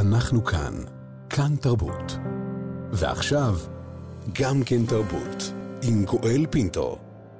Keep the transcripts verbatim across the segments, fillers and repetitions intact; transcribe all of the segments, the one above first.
אנחנו כאן, כאן תרבות. ועכשיו, גם כן תרבות, עם גואל פינטו.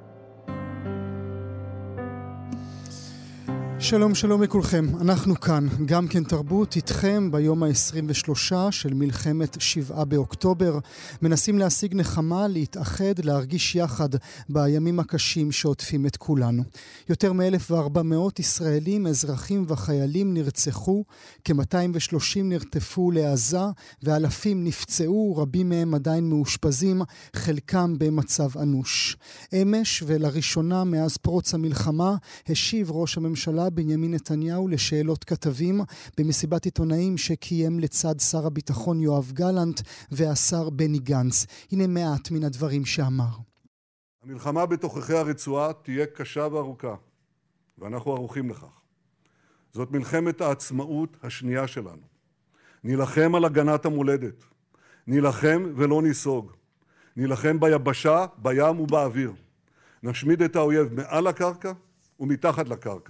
שלום שלום לכולכם, אנחנו כאן, גם כן תרבות, איתכם ביום ה-עשרים ושלוש של מלחמת שבעה באוקטובר. מנסים להשיג נחמה, להתאחד, להרגיש יחד בימים הקשים שעוטפים את כולנו. יותר מ-אלף וארבע מאות ישראלים, אזרחים וחיילים נרצחו, כ-מאתיים ושלושים נרטפו לעזה, ואלפים נפצעו, רבים מהם עדיין מאושפזים, חלקם במצב אנוש. אמש ולראשונה מאז פרוץ המלחמה, השיב ראש הממשלה בנימין נתניהו לשאלות כתבים במסיבת עיתונאים שקיים לצד שר הביטחון יואב גלנט והשר בני גנץ. הנה מעט מן הדברים שאמר. המלחמה בתוככי הרצועה תהיה קשה וארוכה, ואנחנו ערוכים לכך. זאת מלחמת העצמאות השנייה שלנו. נילחם על הגנת המולדת. נילחם ולא ניסוג. נילחם ביבשה, בים ובאוויר. נשמיד את האויב מעל הקרקע ומתחת לקרקע.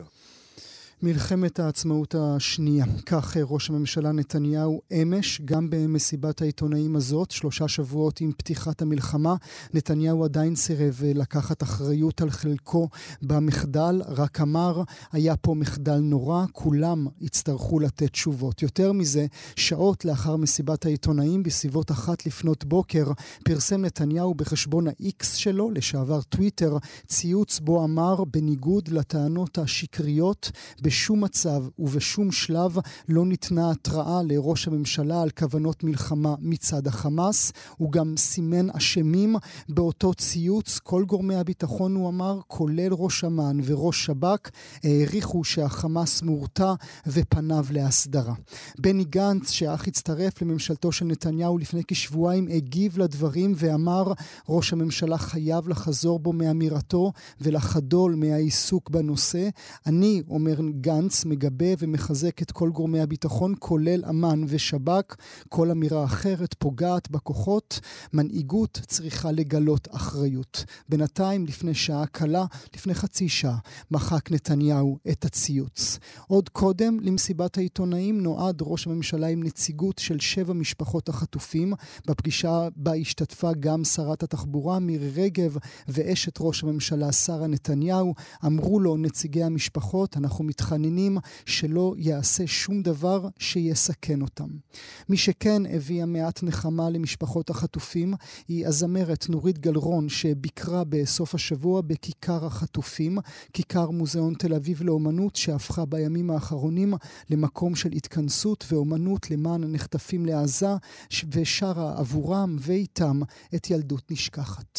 מלחמת העצמאות השנייה, כך ראש הממשלה נתניהו אמש, גם במסיבת העיתונאים הזאת, שלושה שבועות עם פתיחת המלחמה. נתניהו עדיין סירב לקחת אחריות על חלקו במחדל, רק אמר, היה פה מחדל נורא, כולם יצטרכו לתת תשובות. יותר מזה, שעות לאחר מסיבת העיתונאים, בסביבות אחת לפנות בוקר, פרסם נתניהו בחשבון ה-X שלו, לשעבר טוויטר, ציוץ בו אמר, בניגוד לטענות השקריות, בשום מצב ובשום שלב לא ניתנה התראה לראש הממשלה על כוונות מלחמה מצד החמאס. הוא גם סימן אשמים באותו ציוץ. כל גורמי הביטחון, הוא אמר, כולל ראש אמ"ן וראש שב"כ, העריכו שהחמאס מורתע ופניו להסדרה. בני גנץ, שאך הצטרף לממשלתו של נתניהו לפני כשבועיים, הגיב לדברים ואמר, ראש הממשלה חייב לחזור בו מאמירתו ולחדול מהעיסוק בנושא. אני, אומר גנץ, מגבה ומחזק את כל גורמי הביטחון, כולל אמ"ן ושב"כ. כל אמירה אחרת פוגעת בכוחות. מנהיגות צריכה לגלות אחריות. בינתיים, לפני שעה קלה, לפני חצי שעה, מחק נתניהו את הציוץ. עוד קודם, למסיבת העיתונאים, נועד ראש הממשלה עם נציגות של שבע משפחות החטופים. בפגישה בה השתתפה גם שרת התחבורה מירי רגב ואשת ראש הממשלה שרה נתניהו. אמרו לו נציגי המשפחות, אנחנו מתחננים שלא יעשה שום דבר שיסכן אותם. מי שכן הביאה מעט נחמה למשפחות החטופים היא הזמרת נורית גלרון, שביקרה בסוף השבוע בכיכר החטופים, כיכר מוזיאון תל אביב לאומנות, שהפכה בימים האחרונים למקום של התכנסות ואומנות למען הנחטפים לעזה, ושרה עבורם ואיתם את ילדות נשכחת.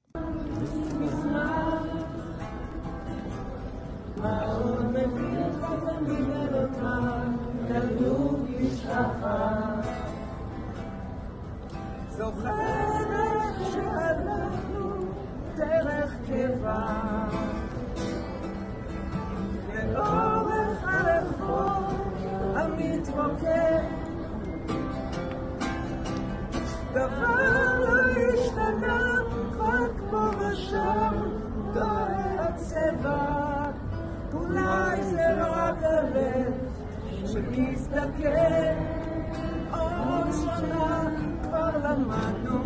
זוכרת שהלכנו דרך קבע לאורך הרחוב המתרוקן, דבר לא השתנה, רק פה ושם דוהר הצבע. אולי זה רק הלב שמסתכל, עוד שנה כבר למדנו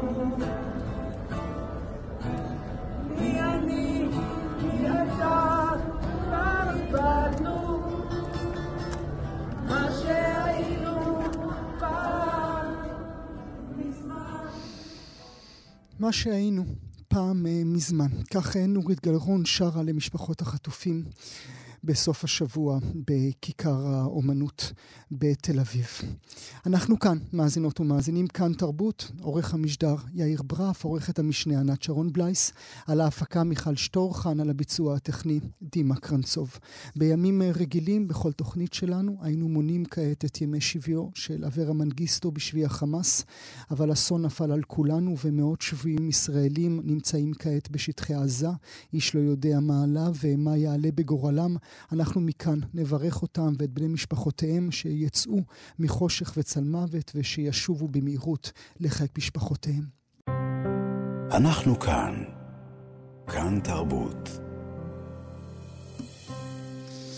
מי אני, מי אתה, כבר איבדנו מה שהיינו פעם מזמן. מה שהיינו פעם מזמן. כך נורית גלרון שרה למשפחות החטופים בסוף השבוע בכיכר האומנות בתל אביב. אנחנו כאן, מאזינות ומאזינים, כאן תרבות, עורך המשדר יאיר ברף, עורכת המשנה ענת שרון בלייס, על ההפקה מיכל שטורחן, על הביצוע הטכני דימה קרנצוב. בימים רגילים בכל תוכנית שלנו היינו מונים כעת את ימי שביו של אברה מנגיסטו בשבי החמאס, אבל אסון נפל על כולנו ומאות שבויים ישראלים נמצאים כעת בשטחי עזה. איש לא יודע מה עלה ומה יעלה בגורלם. אנחנו מכאן נברך אותם ואת בני משפחותיהם שיצאו מחושך וצל מוות ושישובו במהירות לחיק משפחותיהם. אנחנו כאן, כאן תרבות.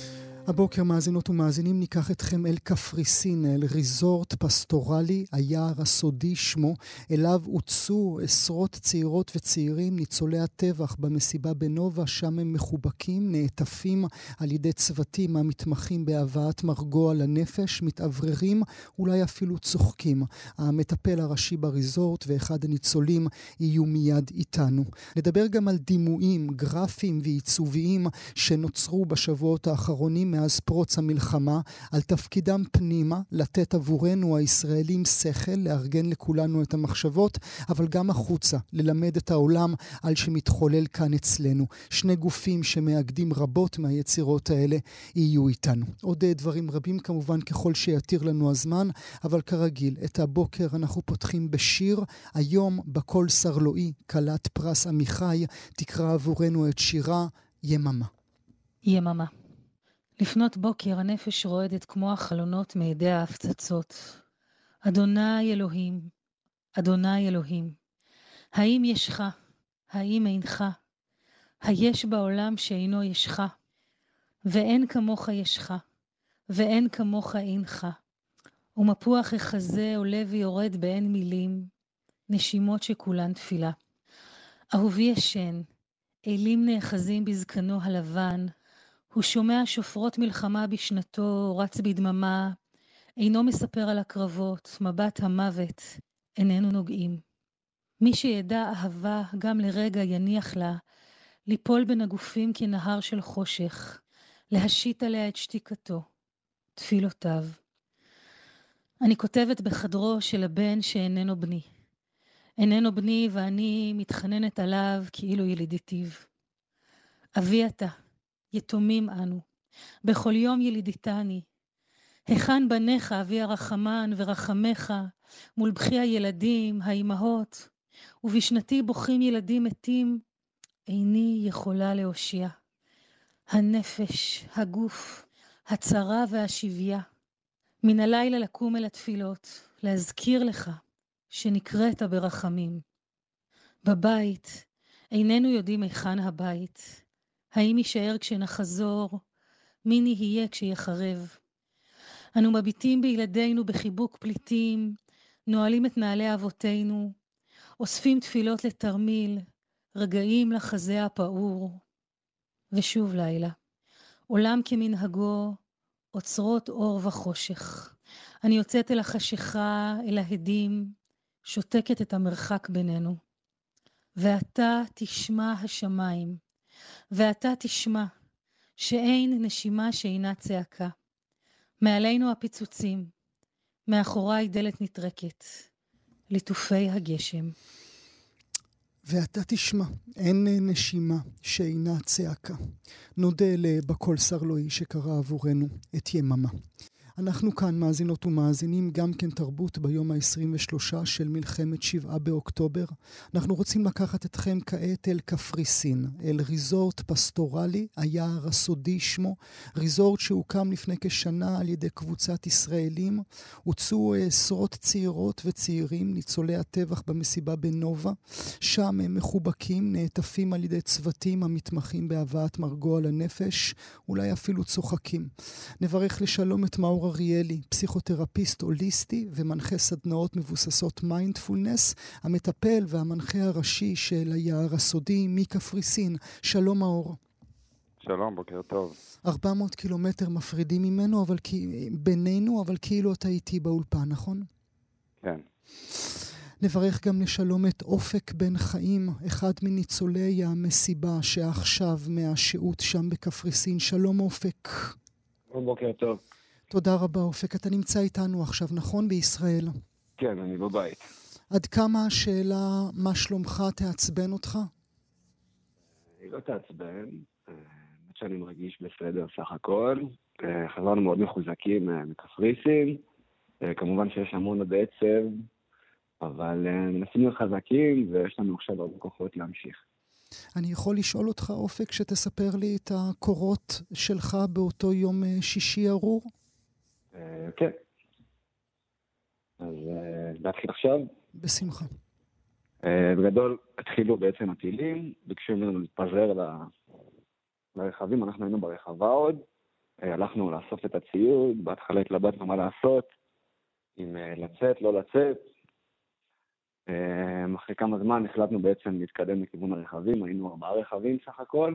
הבוקר מאזינות ומאזינים ניקח אתכם אל קפריסין, אל ריזורט פסטורלי, היער הסודי שמו, אליו הוצאו עשרות צעירות וצעירים ניצולי הטבח במסיבה בנובה, שם הם מחובקים, נעטפים על ידי צוותים המתמחים בהבאת מרגוע לנפש, מתאווררים, אולי אפילו צוחקים. המטפל הראשי בריזורט ואחד הניצולים יהיו מיד איתנו. נדבר גם על דימויים, גרפיים ועיצוביים שנוצרו בשבועות האחרונים מאז פרוץ המלחמה, על תפקידם פנימה, לתת עבורנו הישראלים שכל, לארגן לכולנו את המחשבות, אבל גם החוצה, ללמד את העולם על שמתחולל כאן אצלנו. שני גופים שמאגדים רבות מהיצירות האלה יהיו איתנו. עוד דברים רבים כמובן ככל שיתיר לנו הזמן, אבל כרגיל, את הבוקר אנחנו פותחים בשיר. היום בקול סרלואי, כלת פרס עמיחי, תקרא עבורנו את שירה יממה. יממה. לפנות בוקר הנפש רועדת כמו החלונות מידי ההפצצות. אדוני אלוהים, אדוני אלוהים, האם ישך, האם אינך, היש בעולם שאינו ישך, ואין כמוך ישך, ואין כמוך אינך, ומפוח החזה עולה ויורד באין מילים, נשימות שכולן תפילה. אהובי ישן, אלים נאחזים בזקנו הלבן, הוא שומע שופרות מלחמה בשנתו, רץ בדממה, אינו מספר על הקרבות, מבט המוות, איננו נוגעים. מי שידע אהבה גם לרגע יניח לה, ליפול בין הגופים כנהר של חושך, להשית עליה את שתיקתו, תפילותיו. אני כותבת בחדרו של הבן שאיננו בני. איננו בני ואני מתחננת עליו כאילו ילידיתיו. אבי אתה, יתומים אנו, בכל יום ילידיתני. היכן בניך אבי הרחמן ורחמך, מול בכי הילדים, האימהות, ובשנתי בוכים ילדים מתים, איני יכולה להושיע. הנפש, הגוף, הצרה והשביה. מן הלילה לקום אל התפילות, להזכיר לך שנקראת ברחמים. בבית, איננו יודעים היכן הבית. האם יישאר כשנחזור? מי נהיה כשיחרב? אנו מביטים בילדינו בחיבוק פליטים, נועלים את נעלי אבותינו, אוספים תפילות לתרמיל, רגעים לחזה הפעור. ושוב לילה, עולם כמנהגו, אוצרות אור וחושך. אני יוצאת אל החשיכה, אל ההדים, שותקת את המרחק בינינו. ואתה תשמע השמיים, ואתה תשמע שאין נשימה שאינה צעקה. מעלינו הפיצוצים, מאחוריי דלת נטרקת, ליטופי הגשם. ואתה תשמע, אין נשימה שאינה צעקה. נודה לבקול סרלואי שקרא עבורנו את יממה. אנחנו כאן מאזינות ומאזינים גם כן תרבות ביום ה-עשרים ושלוש של מלחמת שבעה באוקטובר. אנחנו רוצים לקחת אתכם כעת אל קפריסין, אל ריזורט פסטורלי, היער הסודי שמו, ריזורט שהוקם לפני כשנה על ידי קבוצת ישראלים. הוצאו עשרות צעירות וצעירים, ניצולי הטבח במסיבה בנובה. שם הם מחובקים, נעטפים על ידי צוותים המתמחים בהבאת מרגוע לנפש, אולי אפילו צוחקים. נברך לשלום את מאור אריאלי, פסיכותרפיסט הוליסטי ומנחה סדנאות מבוססות מיינדפולנס, המטפל והמנחה הראשי של היער הסודי מקפריסין. שלום מאור. שלום, בוקר טוב. ארבע מאות קילומטר מפרידים ממנו, אבל בינינו, אבל כאילו אתה איתי באולפן, נכון? כן. נברך גם לשלום את אופק בן חיים, אחד מניצולי המסיבה שעכשיו מהשהות שם בקפריסין. שלום אופק. בוקר טוב. תודה רבה אופק. אתה נמצא איתנו עכשיו, נכון? בישראל. כן, אני בבית. עד כמה השאלה מה שלומך תעצבן אותך? היא לא תעצבן. באמת שאני מרגיש בסדר סך הכל. חזרנו מאוד מחוזקים מקפריסין. כמובן שיש המון עוד עצב, אבל מנסים להיות חזקים ויש לנו עכשיו הרבה כוחות להמשיך. אני יכול לשאול אותך אופק שתספר לי את הקורות שלך באותו יום שישי ארור? כן. אז להתחיל עכשיו? בשמחה. בגדול התחילו בעצם הטילים, ביקשו ממנו להתפזר לרכבים, אנחנו היינו ברחבה עוד, הלכנו לאסוף את הציוד, בהתחלה התלבטנו מה לעשות, אם לצאת, לא לצאת. אחרי כמה זמן החלטנו בעצם להתקדם לכיוון הרכבים, היינו ארבעה רכבים סך הכל.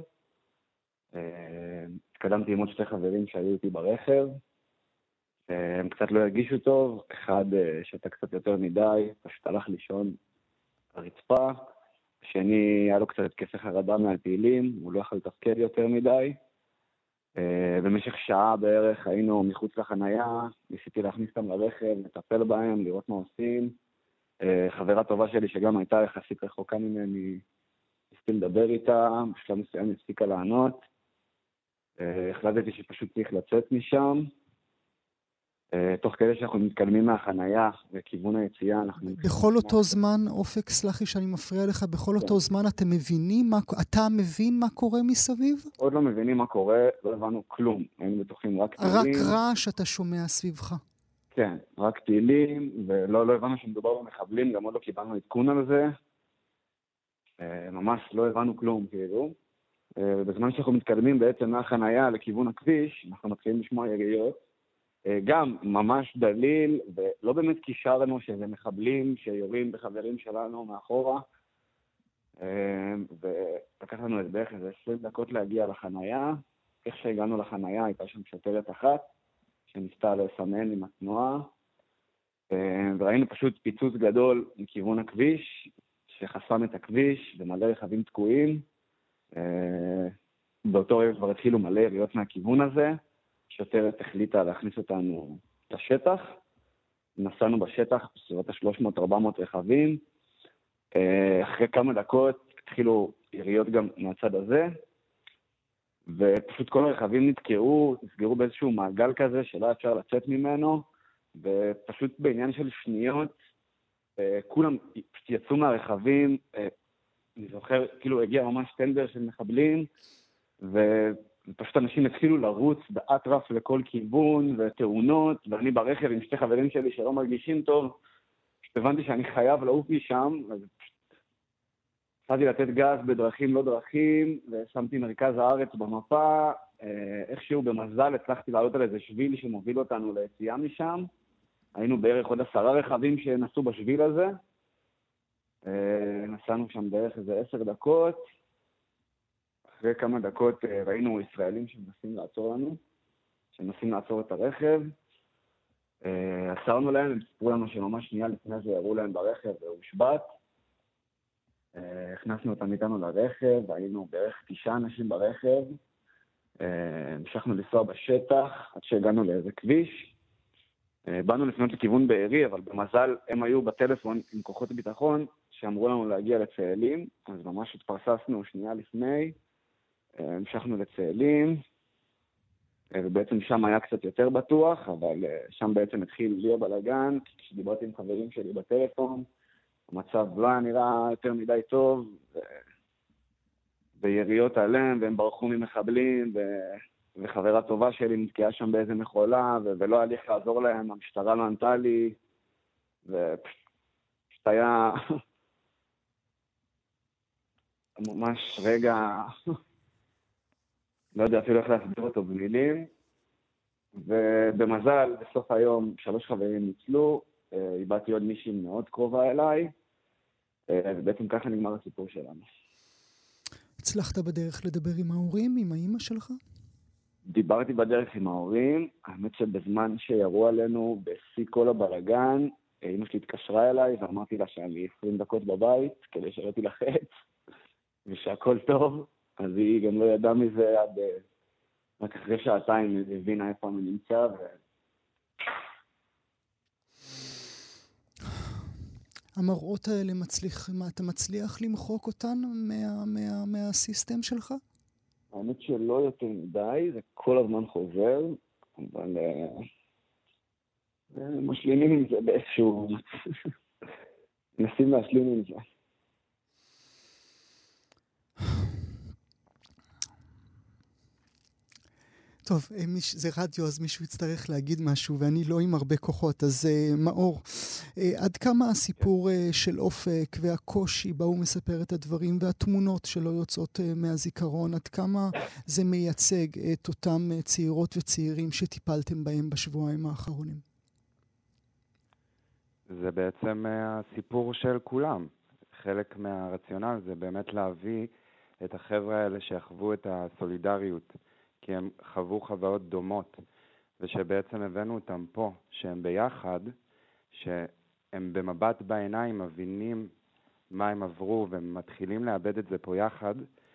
התקדמתי עם עוד שתי חברים שהיו איתי ברכב, הם קצת לא הרגישו טוב, אחד שתה קצת יותר מדי, פשוט הלך לישון הרצפה, השני היה לו קצת התקפי חרדה מהפעילים, הוא לא יכול לתפקד יותר מדי. במשך שעה בערך היינו מחוץ לחנייה, ניסיתי להכניס אותם לרכב, לטפל בהם, לראות מה עושים. חברה טובה שלי שגם הייתה יחסית רחוקה ממני, ניסיתי לדבר איתה, בשלב מסוים הפסיקה לענות. החלטתי שפשוט צריך לצאת משם. תוך כדי שאנחנו מתקדמים מהחנייה וכיוון היציאה, אנחנו... בכל אותו זמן, אופק, סלחי שאני מפריע לך, בכל אותו זמן אתם מבינים, אתה מבין מה קורה מסביב? עוד לא מבינים מה קורה, לא הבנו כלום. היינו בטוחים רק טילים. רק רעש אתה שומע סביבך. כן, רק טילים, ולא לא הבנו שמדובר במחבלים, גם עוד לא קיבלנו עדכון על זה. ממש לא הבנו כלום, כאילו. בזמן שאנחנו מתקדמים בעצם מהחנייה לכיוון הכביש, אנחנו מתחילים לשמוע יריות. גם ממש דליל, ולא באמת קישרנו שזה מחבלים שיורים בחברים שלנו מאחורה. ולקח לנו את בערך איזה עשרים דקות להגיע לחנייה. איך שהגענו לחנייה הייתה שם שוטרת אחת, שניסתה לסמן עם התנועה. וראינו פשוט פיצוץ גדול מכיוון הכביש, שחסם את הכביש ומלא רכבים תקועים. באותו רגע כבר התחילו מלא יריות מהכיוון הזה. שוטרת החליטה להכניס אותנו לשטח. נסענו בשטח בסביבות ה-שלוש מאות ארבע מאות רכבים. אחרי כמה דקות התחילו יריות גם מהצד הזה, ופשוט כל הרכבים נתקעו, נסגרו באיזשהו מעגל כזה שלא אפשר לצאת ממנו, ופשוט בעניין של שניות, כולם יצאו מהרכבים, אני זוכר, כאילו הגיע ממש טנדר של מחבלים, ופשוט אנשים התחילו לרוץ באטרף לכל כיוון, ותאונות, ואני ברכב עם שתי חברים שלי שלא מרגישים טוב, הבנתי שאני חייב לעוף משם, אז התחלתי לתת גז בדרכים לא דרכים, ושמתי מרכז הארץ במפה, איכשהו במזל הצלחתי לעלות על איזה שביל שמוביל אותנו ליציאה משם, היינו בערך עוד עשרה רכבים שנסעו בשביל הזה, נסענו שם בערך איזה עשר דקות, אחרי כמה דקות ראינו ישראלים שמנסים לעצור לנו, שמנסים לעצור את הרכב, עצרנו להם, הם סיפרו לנו שממש שנייה לפני זה יראו להם ברכב והושבת. הכנסנו אותם איתנו לרכב, היינו בערך תשעה אנשים ברכב, המשכנו לנסוע בשטח עד שהגענו לאיזה כביש. באנו לפנות לכיוון בארי, אבל במזל הם היו בטלפון עם כוחות הביטחון שאמרו לנו להגיע לצאלים, אז ממש התפרססנו שנייה לפני, המשכנו לצאלים, ובעצם שם היה קצת יותר בטוח, אבל שם בעצם התחיל להיות בלגן, כשדיברתי עם חברים שלי בטלפון, המצב לא היה נראה יותר מדי טוב, ו... ויריות עליהם, והם ברחו ממחבלים, ו... וחברה טובה שלי נתקעה שם באיזה מכולה, ו... ולא היה לי איך לעזור להם, המשטרה לא ענתה לי, ופשוט היה ממש רגע, לא יודע אפילו איך להסביר אותו במילים, ובמזל, בסוף היום, שלוש חברים ניצלו, איבדתי עוד מישהי מאוד קרובה אליי, ובעצם ככה נגמר הסיפור שלנו. הצלחת בדרך לדבר עם ההורים, עם האמא שלך? דיברתי בדרך עם ההורים, האמת שבזמן שירו עלינו, בשיא כל הבלגן, אמא שלי התקשרה אליי, ואמרתי לה שאני עשרים דקות בבית, כדי שלא תילחץ, ושהכל טוב, אז היא גם לא ידעה מזה עד... רק אחרי שעתיים היא הבינה איפה אני נמצא, ו... המראות האלה מצליח, מה, אתה מצליח למחוק אותן מה, מה, מהסיסטם שלך? האמת שלא יותר מדי, זה כל הזמן חוזר, אבל משלימים עם זה באיזשהו... נסים להשלים עם זה. טוב, מיש, זה רדיו, אז מישהו יצטרך להגיד משהו, ואני לא עם הרבה כוחות. אז uh, מאור, uh, עד כמה הסיפור uh, של אופק והקושי בה הוא מספר את הדברים, והתמונות שלא יוצאות uh, מהזיכרון, עד כמה זה מייצג את אותם uh, צעירות וצעירים שטיפלתם בהם בשבועיים האחרונים? זה בעצם uh, הסיפור של כולם. חלק מהרציונל זה באמת להביא את החבר'ה האלה שיחוו את הסולידריות, כי הם חוו חוויות דומות, ושבעצם הבאנו אותם פה, שהם ביחד, שהם במבט בעיניים מבינים מה הם עברו, והם מתחילים לאבד את זה פה יחד.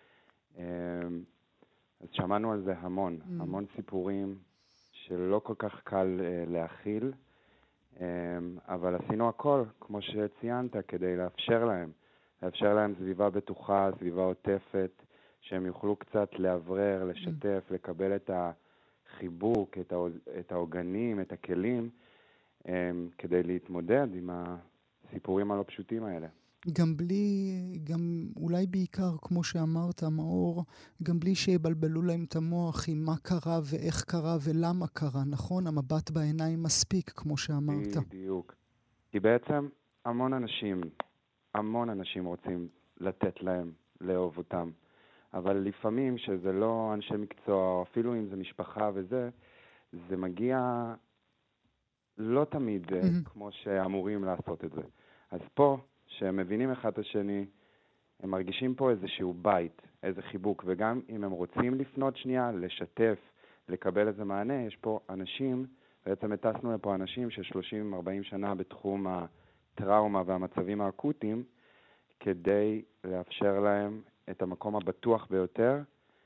אז שמענו על זה המון, mm. המון סיפורים שלא כל כך קל להכיל, אבל עשינו הכל, כמו שציינת, כדי לאפשר להם, לאפשר להם סביבה בטוחה, סביבה עוטפת, שהם יוכלו קצת לעברר, לשתף, mm. לקבל את החיבוק, את, הא... את העוגנים, את הכלים, um, כדי להתמודד עם הסיפורים הלא פשוטים האלה. גם בלי, גם אולי בעיקר, כמו שאמרת, מאור, גם בלי שיבלבלו להם את המוח עם מה קרה ואיך קרה ולמה קרה, נכון? המבט בעיניים מספיק, כמו שאמרת. בדיוק. כי בעצם המון אנשים, המון אנשים רוצים לתת להם, לאהוב אותם. אבל לפעמים שזה לא אנשי מקצוע, או אפילו אם זה משפחה וזה, זה מגיע לא תמיד mm-hmm. כמו שאמורים לעשות את זה. אז פה, שהם מבינים אחד את השני, הם מרגישים פה איזשהו בית, איזה חיבוק, וגם אם הם רוצים לפנות שנייה, לשתף, לקבל איזה מענה, יש פה אנשים, בעצם הטסנו לפה אנשים ש-שלושים ארבעים שנה בתחום הטראומה והמצבים האקוטיים, כדי לאפשר להם את המקום הבטוח ביותר,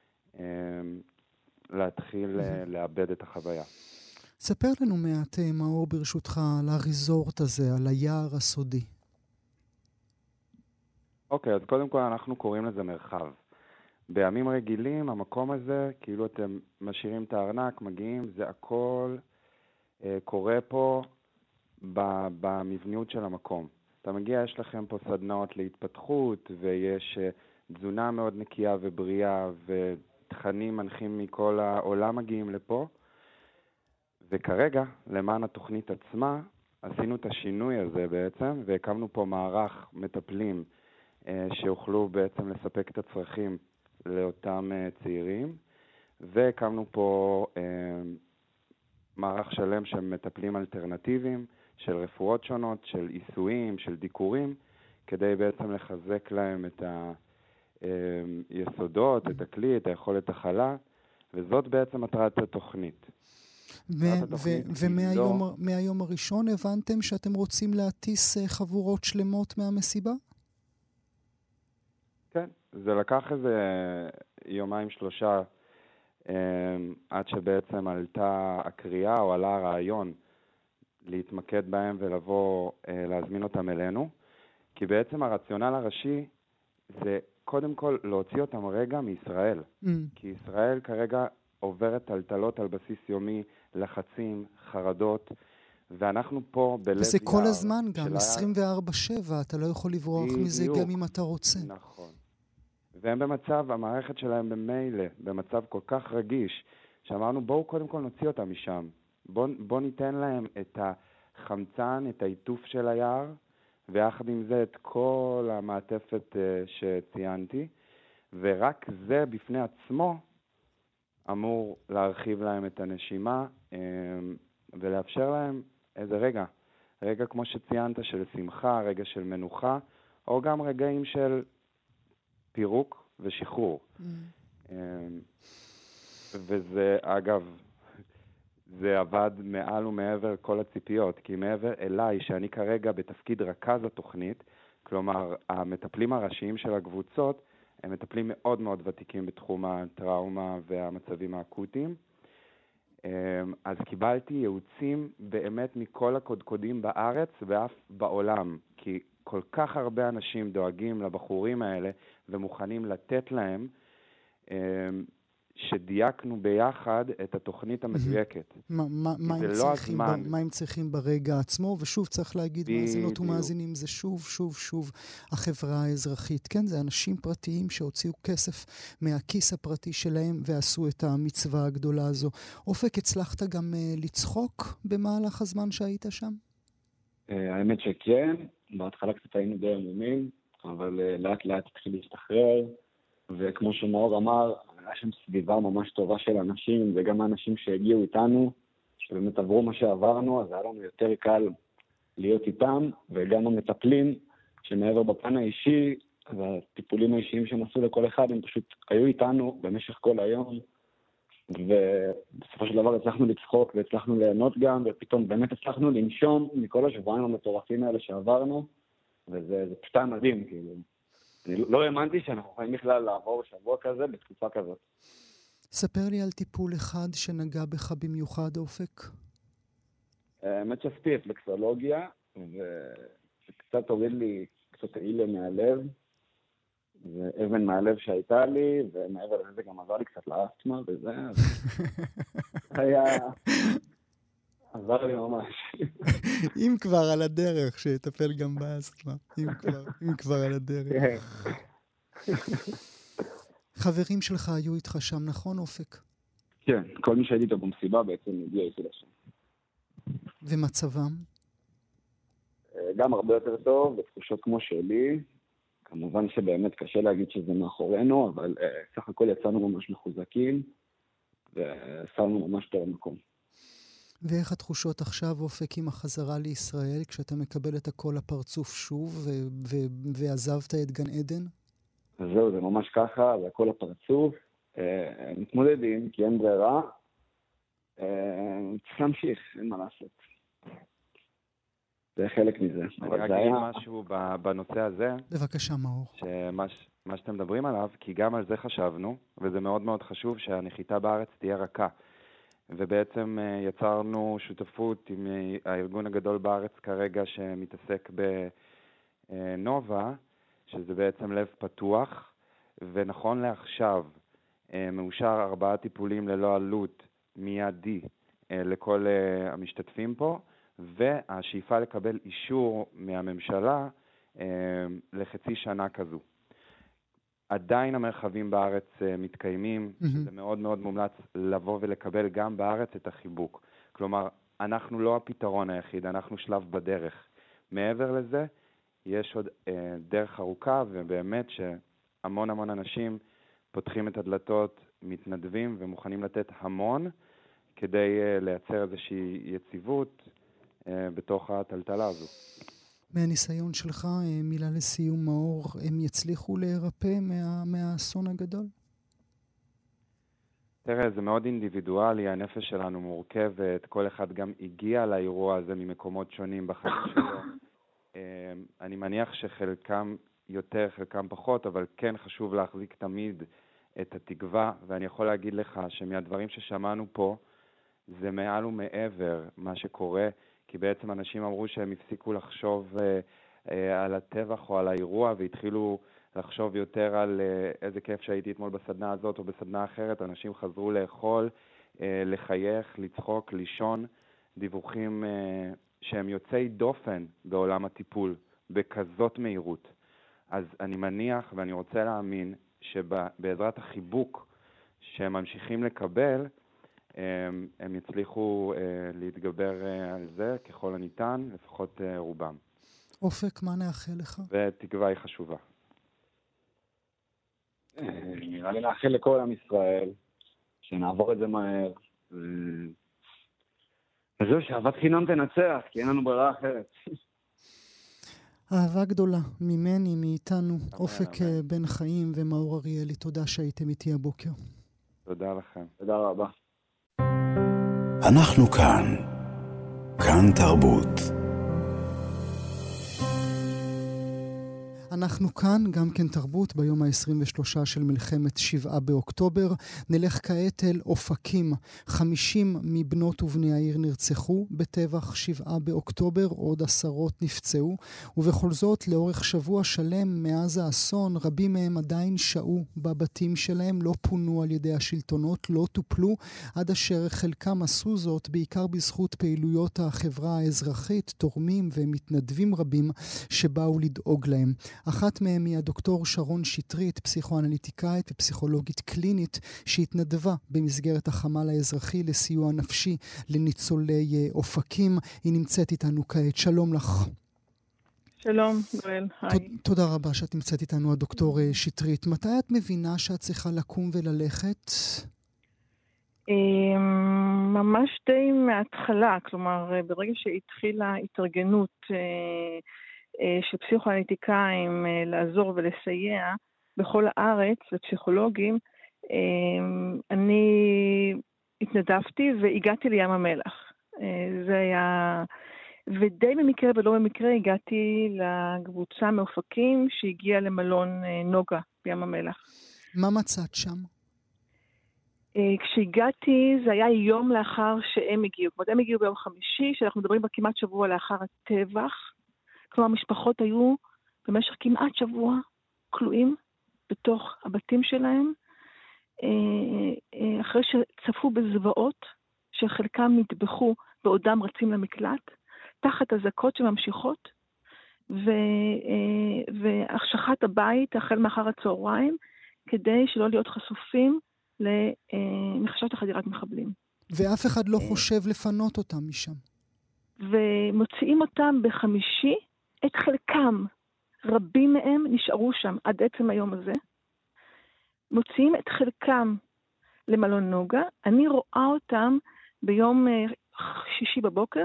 להתחיל לאבד את החוויה. ספר לנו מעט, מאור, ברשותך, על הריזורט הזה, על היער הסודי. אוקיי, אז קודם כל אנחנו קוראים לזה מרחב. בימים רגילים, המקום הזה, כאילו אתם משאירים את הארנק, מגיעים, זה הכל אה, קורה פה במבניות של המקום. אתה מגיע, יש לכם פה סדנאות להתפתחות, ויש אה, תזונה מאוד נקייה ובריאה, ותכנים מנחים מכל העולם מגיעים לפה. וכרגע, למען התוכנית עצמה, עשינו את השינוי הזה בעצם, והקמנו פה מערך מטפלים אה, שיוכלו בעצם לספק את הצרכים לאותם אה, צעירים, והקמנו פה אה, מערך שלם של מטפלים אלטרנטיביים, של רפואות שונות, של עיסויים, של דיקורים, כדי בעצם לחזק להם את היסודות, את הכלי, את היכולת הכלה, וזאת בעצם מטרת התוכנית. ומהיום הראשון הבנתם שאתם רוצים להטיס חבורות שלמות מהמסיבה? כן, זה לקח איזה יומיים שלושה עד שבעצם עלתה הקריאה או עלה הרעיון להתמקד בהם ולבוא להזמין אותם אלינו, כי בעצם הרציונל הראשי זה קודם כל להוציא אותם רגע מישראל, mm. כי ישראל כרגע עוברת טלטלות על בסיס יומי, לחצים, חרדות, ואנחנו פה בלב יער. וזה כל הזמן גם, עשרים וארבע שבע, אתה לא יכול לברוח מזה גם אם אתה רוצה. נכון. והם במצב, המערכת שלהם במילא, במצב כל כך רגיש, שאמרנו בואו קודם כל נוציא אותם משם. בואו בוא ניתן להם את החמצן, את העיטוף של היער, ויחד עם זה את כל המעטפת uh, שציינתי, ורק זה בפני עצמו אמור להרחיב להם את הנשימה um, ולאפשר להם איזה רגע, רגע כמו שציינת של שמחה, רגע של מנוחה, או גם רגעים של פירוק ושחרור. Mm. Um, וזה אגב, זה עבד מעל ומעבר כל הציפיות, כי מעבר אליי, שאני כרגע בתפקיד רכז התוכנית, כלומר, המטפלים הראשיים של הקבוצות, הם מטפלים מאוד מאוד ותיקים בתחום הטראומה והמצבים האקוטיים. אז קיבלתי ייעוצים באמת מכל הקודקודים בארץ ואף בעולם, כי כל כך הרבה אנשים דואגים לבחורים האלה ומוכנים לתת להם, שדייקנו ביחד את התוכנית המדויקת. מה, מה, מה, הם זה לא צריכים, הזמן. ב, מה הם צריכים ברגע עצמו, ושוב צריך להגיד, בדיוק. מאזינות ומאזינים, זה שוב, שוב, שוב החברה האזרחית. כן, זה אנשים פרטיים שהוציאו כסף מהכיס הפרטי שלהם ועשו את המצווה הגדולה הזו. אופק, הצלחת גם uh, לצחוק במהלך הזמן שהיית שם? Uh, האמת שכן, בהתחלה קצת היינו די עמומים, אבל uh, לאט לאט התחיל להשתחרר, וכמו שמאור אמר, היה שם סביבה ממש טובה של אנשים, וגם האנשים שהגיעו איתנו, שבאמת עברו מה שעברנו, אז היה לנו יותר קל להיות איתם, וגם המטפלים, שמעבר בפן האישי, והטיפולים האישיים שהם עשו לכל אחד, הם פשוט היו איתנו במשך כל היום, ובסופו של דבר הצלחנו לצחוק, והצלחנו ליהנות גם, ופתאום באמת הצלחנו לנשום מכל השבועיים המטורפים האלה שעברנו, וזה פשוט היה מדהים, כאילו. אני לא האמנתי שאנחנו יכולים בכלל לעבור שבוע כזה בתקופה כזאת. ספר לי על טיפול אחד שנגע בך במיוחד, אופק. האמת שעשיתי רפלקסולוגיה, וקצת הוריד לי קצת העילה מהלב, ואבן מהלב שהייתה לי, ומעבר לזה גם עזר לי קצת לאסתמה, וזה היה... עזר לי ממש. אם כבר על הדרך, שתטפל גם באסתמה. אם כבר, אם כבר על הדרך. חברים שלך היו איתך שם, נכון, אופק? כן, כל מי שהייתי איתו במסיבה בעצם הגיע איתי לשם. ומצבם? גם הרבה יותר טוב, בתחושות כמו שלי. כמובן שבאמת קשה להגיד שזה מאחורינו, אבל סך הכל יצאנו ממש מחוזקים, ושמנו ממש טוב מקום. ואיך התחושות עכשיו, אופק, עם החזרה לישראל, כשאתה מקבל את הכל הפרצוף שוב, ו- ו- ועזבת את גן עדן? אז זהו, זה ממש ככה, זה הכל הפרצוף. אה, מתמודדים, כי אין ברירה. אה, צריך להמשיך, אין מה לעשות. זה חלק מזה. אני רק אגיד משהו בנושא הזה. בבקשה, מאור. שמה ש- מה שאתם מדברים עליו, כי גם על זה חשבנו, וזה מאוד מאוד חשוב שהנחיתה בארץ תהיה רכה. ובעצם יצרנו שותפות עם הארגון הגדול בארץ כרגע שמתעסק בנובה, שזה בעצם לב פתוח, ונכון לעכשיו מאושר ארבעה טיפולים ללא עלות מיידי לכל המשתתפים פה, והשאיפה לקבל אישור מהממשלה לחצי שנה כזו. עדיין המרחבים בארץ מתקיימים, mm-hmm. שזה מאוד מאוד מומלץ לבוא ולקבל גם בארץ את החיבוק. כלומר, אנחנו לא הפתרון היחיד, אנחנו שלב בדרך. מעבר לזה, יש עוד אה, דרך ארוכה, ובאמת שהמון המון אנשים פותחים את הדלתות, מתנדבים ומוכנים לתת המון, כדי אה, לייצר איזושהי יציבות אה, בתוך הטלטלה הזו. מהניסיון שלך, מילה לסיום, מאור, הם יצליחו להירפא מה, מהאסון הגדול? תראה, זה מאוד אינדיבידואלי, הנפש שלנו מורכבת, כל אחד גם הגיע לאירוע הזה ממקומות שונים בחיים שלו. אני מניח שחלקם יותר, חלקם פחות, אבל כן חשוב להחזיק תמיד את התקווה, ואני יכול להגיד לך שמהדברים ששמענו פה, זה מעל ומעבר מה שקורה, כי בעצם אנשים אמרו שהם הפסיקו לחשוב אה, אה, על הטבח או על האירוע, והתחילו לחשוב יותר על אה, איזה כיף שהייתי אתמול בסדנה הזאת או בסדנה אחרת. אנשים חזרו לאכול, אה, לחייך, לצחוק, לישון, דיווחים אה, שהם יוצאי דופן בעולם הטיפול, בכזאת מהירות. אז אני מניח ואני רוצה להאמין שבעזרת החיבוק שהם ממשיכים לקבל, הם יצליחו להתגבר על זה ככל הניתן, לפחות רובם. אופק, מה נאחל לך? ותקווה היא חשובה. נראה לי נאחל לכל עם ישראל, שנעבור את זה מהר. וזהו, שאהבת חינם תנצח, כי אין לנו ברירה אחרת. אהבה גדולה, ממני, מאיתנו, אופק בן חיים ומאור אריאלי, תודה שהייתם איתי הבוקר. תודה לכם. תודה רבה. אנחנו כאן, כאן תרבות. אנחנו כאן, גם כן תרבות, ביום ה-עשרים ושלושה של מלחמת שבעה באוקטובר. נלך כעת אל אופקים. חמישים מבנות ובני העיר נרצחו בטבח שבעה באוקטובר, עוד עשרות נפצעו, ובכל זאת, לאורך שבוע שלם מאז האסון, רבים מהם עדיין שהו בבתים שלהם, לא פונו על ידי השלטונות, לא טופלו, עד אשר חלקם עשו זאת, בעיקר בזכות פעילויות החברה האזרחית, תורמים ומתנדבים רבים שבאו לדאוג להם. אחת מהם היא הדוקטור שרון שטרית, פסיכואנליטיקאית ופסיכולוגית קלינית, שהתנדבה במסגרת החמ"ל האזרחי לסיוע נפשי לניצולי אופקים. היא נמצאת איתנו כעת. שלום לך. שלום, גואל. היי. תודה רבה שאת נמצאת איתנו, הדוקטור שטרית. מתי את מבינה שאת צריכה לקום וללכת? ממש די מההתחלה, כלומר, ברגע שהתחילה התארגנות של פסיכואנליטיקאים לעזור ולסייע בכל הארץ לפסיכולוגים, אני התנדבתי והגעתי לים המלח. זה היה, ודי במקרה ולא במקרה הגעתי לקבוצה מאופקים שהגיעה למלון נוגה בים המלח. מה מצאת שם? כשהגעתי זה היה יום לאחר שהם הגיעו. כלומר, הם הגיעו ביום חמישי, שאנחנו מדברים בכמעט שבוע לאחר הטבח. כלומר, המשפחות היו במשך כמעט שבוע כלואים בתוך הבתים שלהם, אחרי שצפו בזוועות, שחלקם נטבחו בעודם רצים למקלט, תחת הזעקות שממשיכות, והחשכת הבית החל מאחר הצהריים, כדי שלא להיות חשופים למחשש לחדירת מחבלים. ואף אחד לא חושב לפנות אותם משם. ומוציאים אותם בחמישי, את חלקם, רבים מהם נשארו שם עד עצם היום הזה, מוציאים את חלקם למלון נוגה, אני רואה אותם ביום שישי בבוקר,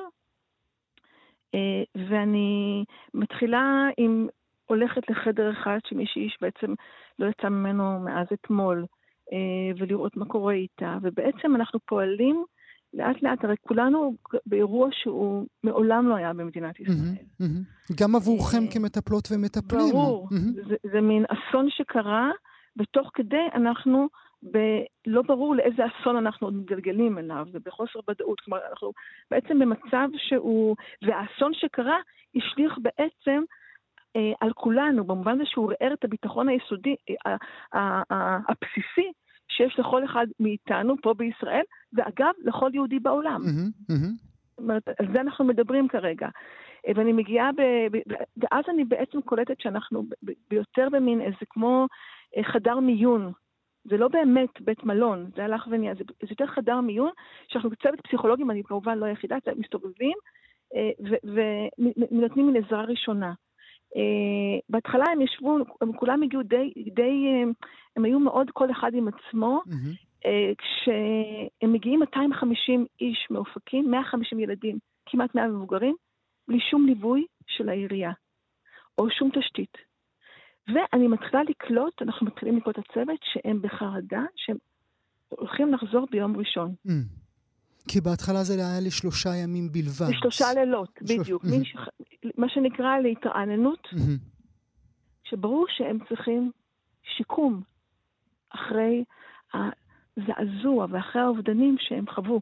ואני מתחילה עם הולכת לחדר אחד שמישהי בעצם לא יצא ממנו מאז אתמול, ולראות מה קורה איתה, ובעצם אנחנו פועלים לאט לאט, הרי כולנו באירוע שהוא מעולם לא היה במדינת ישראל. גם עבורכם כמטפלות ומטפלים. ברור, זה מין אסון שקרה, ותוך כדי אנחנו, לא ברור לאיזה אסון אנחנו עוד מתגלגלים אליו, ובחוסר ודאות, כלומר אנחנו בעצם במצב שהוא, והאסון שקרה השליך בעצם על כולנו, במובן זה שהוא רער את הביטחון היסודי, הבסיסי, שיש לכל אחד מאיתנו פה בישראל, ואגב, לכל יהודי בעולם. זאת אומרת, על זה אנחנו מדברים כרגע. ואני מגיעה, ואז אני בעצם קולטת שאנחנו ביותר במין איזה כמו חדר מיון. זה לא באמת בית מלון, זה הלך ונהיה, זה יותר חדר מיון, שאנחנו צוות פסיכולוגים, אני כמובן לא היחידה, מסתובבים, ונותנים מן עזרה ראשונה. Uh, בהתחלה הם ישבו, הם כולם הגיעו די, די uh, הם היו מאוד כל אחד עם עצמו, mm-hmm. uh, כשהם מגיעים מאתיים וחמישים איש מאופקים, מאה וחמישים ילדים, כמעט מאה מבוגרים, בלי שום ליווי של העירייה, או שום תשתית. ואני מתחילה לקלוט, אנחנו מתחילים לקלוט את הצוות, שהם בחרדה, שהם הולכים לחזור ביום ראשון. Mm. כי בהתחלה זה היה לשלושה ימים בלבד. לשלושה לילות, בדיוק. מה שנקרא להתרעננות, שברור שהם צריכים שיקום אחרי הזעזוע ואחרי האובדנים שהם חוו.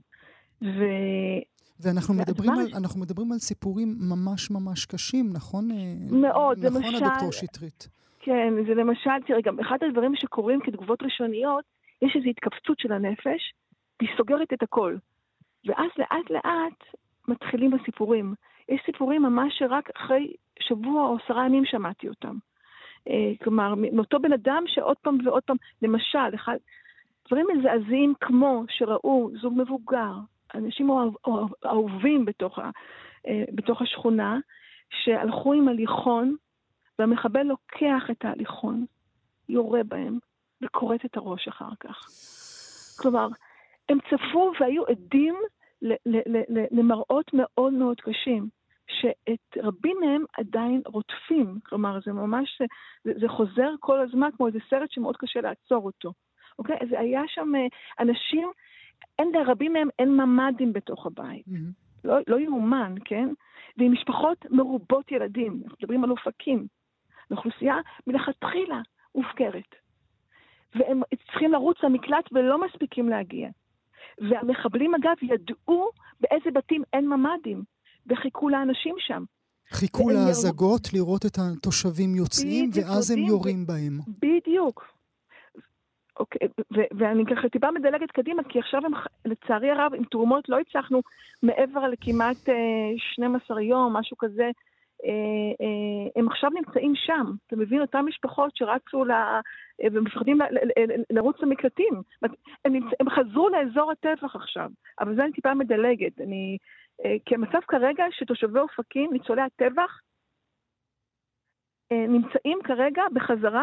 ואנחנו מדברים על, אנחנו מדברים על סיפורים ממש ממש קשים, נכון? מאוד, נכון, למשל... הדוקטור שטרית. כן, זה למשל, תראה, גם אחד הדברים שקורים כתגובות ראשוניות, יש איזו התכווצות של הנפש, והיא סוגרת את הכל. ואז לאט לאט מתחילים הסיפורים. יש סיפורים ממש שרק אחרי שבוע או עשרה ימים שמעתי אותם. כלומר, מאותו בן אדם שעוד פעם ועוד פעם, למשל, אחד, דברים מזעזעים כמו שראו זוג מבוגר, אנשים אהובים בתוך, בתוך השכונה, שהלכו עם הליכון, והמחבל לוקח את ההליכון, יורה בהם, וקורט את הראש אחר כך. כלומר, הם צפו והיו עדים למראות מאוד מאוד קשים, שאת רבים מהם עדיין רוטפים. כלומר, זה ממש, זה, זה חוזר כל הזמן כמו איזה סרט שמאוד קשה לעצור אותו. אוקיי? אז היה שם אנשים, אין לרבים מהם, אין ממדים בתוך הבית. Mm-hmm. לא, לא יאומן, כן? ועם משפחות מרובות ילדים, אנחנו מדברים על אופקים. לאוכלוסייה מלכתחילה מופקרת. והם צריכים לרוץ למקלט ולא מספיקים להגיע. והמחבלים אגב ידעו באיזה בתים אין ממדים, וחיכו לאנשים שם. חיכו להזגות ירו... לראות את התושבים יוצאים, ואז הם יורים ו... בהם. בדיוק. אוקיי, ו- ואני ככה טיפה מדלגת קדימה, כי עכשיו הם, לצערי הרב, עם תרומות לא הצלחנו מעבר לכמעט אה, שנים עשר יום, משהו כזה, אה, אה, הם עכשיו נמצאים שם. אתה מבין, אותם משפחות שרצו ל... ומפחדים ל... ל... ל... לרוץ למקלטים. הם, נמצ... הם חזרו לאזור הטבח עכשיו, אבל זה אני טיפה מדלגת. אני... אה, כי המצב כרגע שתושבי אופקים, ניצולי הטבח, אה, נמצאים כרגע בחזרה,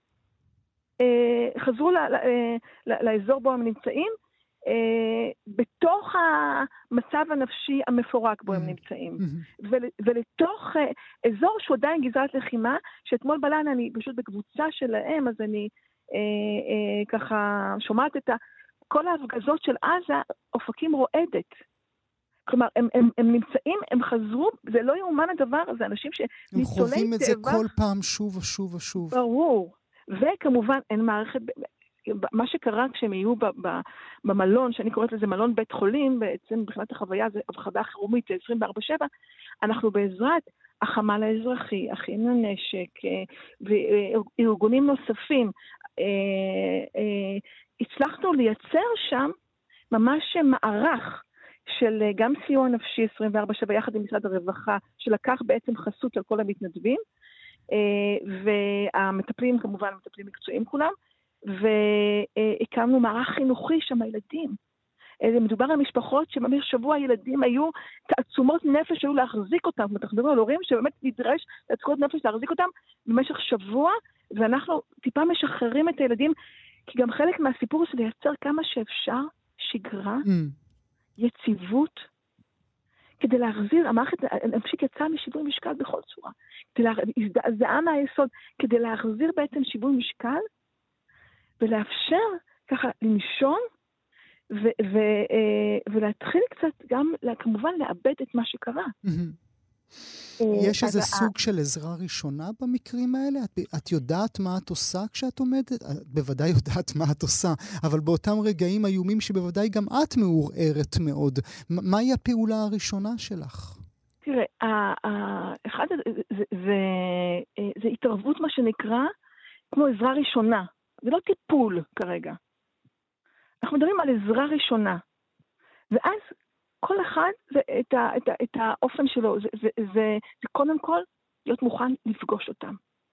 חזרו לאזור בו הם נמצאים, בתוך המצב הנפשי המפורק בו הם נמצאים. ולתוך אזור שהוא עדיין גזרת לחימה, שאתמול בלילה אני פשוט בקבוצה שלהם, אז אני ככה שומעת את כל ההפגזות של עזה, אופקים רועדת. כלומר, הם, הם, הם נמצאים, הם חזרו, זה לא יאומן הדבר הזה, אנשים שניצולי טבח... הם חווים את זה כל פעם שוב ושוב ושוב. ברור. וכמובן אין מערכת, מה שקרה כשהם יהיו במלון, שאני קוראת לזה מלון בית חולים, בעצם מבחינת החוויה, זה חוויה חירומית, זה עשרים וארבע שבע, אנחנו בעזרת החמ"ל האזרחי, אחים לנשק, וארגונים נוספים, הצלחנו לייצר שם ממש מערך של גם סיוע נפשי עשרים וארבע שבע יחד עם משרד הרווחה, שלקח בעצם חסות על כל המתנדבים, והמטפלים כמובן, מטפלים מקצועיים כולם, והקמנו מערך חינוכי שם הילדים. מדובר על משפחות שבמשך שבוע הילדים היו תעצומות נפש, היו להחזיק אותם, אנחנו מדברים על הורים שבאמת נדרש תעצומות נפש להחזיק אותם במשך שבוע, ואנחנו טיפה משחררים את הילדים, כי גם חלק מהסיפור זה לייצר כמה שאפשר שגרה, mm. יציבות, כדי להחזיר, המערכת הנפשית יצאה משיווי משקל בכל צורה, הזדעזעה מהיסוד, כדי להחזיר בעצם שיווי משקל, ולאפשר ככה לנשון, ו- ו- ולהתחיל קצת גם, כמובן, לאבד את מה שקרה. יש איזה סוג של עזרה ראשונה במקרים האלה? את, את יודעת מה את עושה כשאת עומדת? את בוודאי יודעת מה את עושה, אבל באותם רגעים איומים שבוודאי גם את מעורערת מאוד. מהי הפעולה הראשונה שלך? תראה, אחד, זה, זה, זה התערבות מה שנקרא, כמו עזרה ראשונה. זה לא טיפול כרגע. אנחנו מדברים על עזרה ראשונה. ואז כל אחד זה את, ה, את, ה, את האופן שלו, זה, זה, זה, זה קודם כל להיות מוכן לפגוש אותם.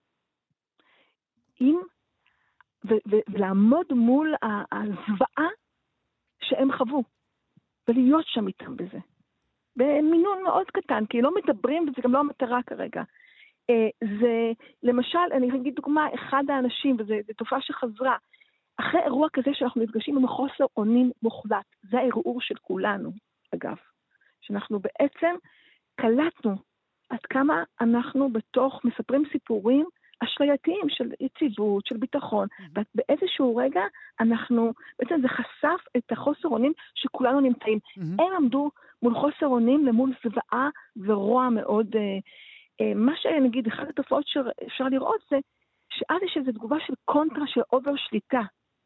אם, ו, ו, ולעמוד מול הזוועה שהם חוו, ולהיות שם איתם בזה. במינון מאוד קטן, כי לא מדברים, וזה גם לא המטרה כרגע. זה, למשל, אני אגיד דוגמה, אחד האנשים, וזו תופעה שחזרה, אחרי אירוע כזה שאנחנו נפגשים עם חוסר אונים מוחלט, זה הערעור של כולנו, אגב, שאנחנו בעצם קלטנו עד כמה אנחנו בתוך מספרים סיפורים אשלייתיים של יציבות, של ביטחון, ובאיזשהו רגע אנחנו, בעצם זה חשף את החוסר אונים שכולנו נמצאים. הם עמדו מול חוסר אונים למול זוועה ורוע מאוד, מה שנגיד, אחת התופעות שאפשר לראות זה, שאז יש איזו תגובה של קונטרה של אובר שליטה.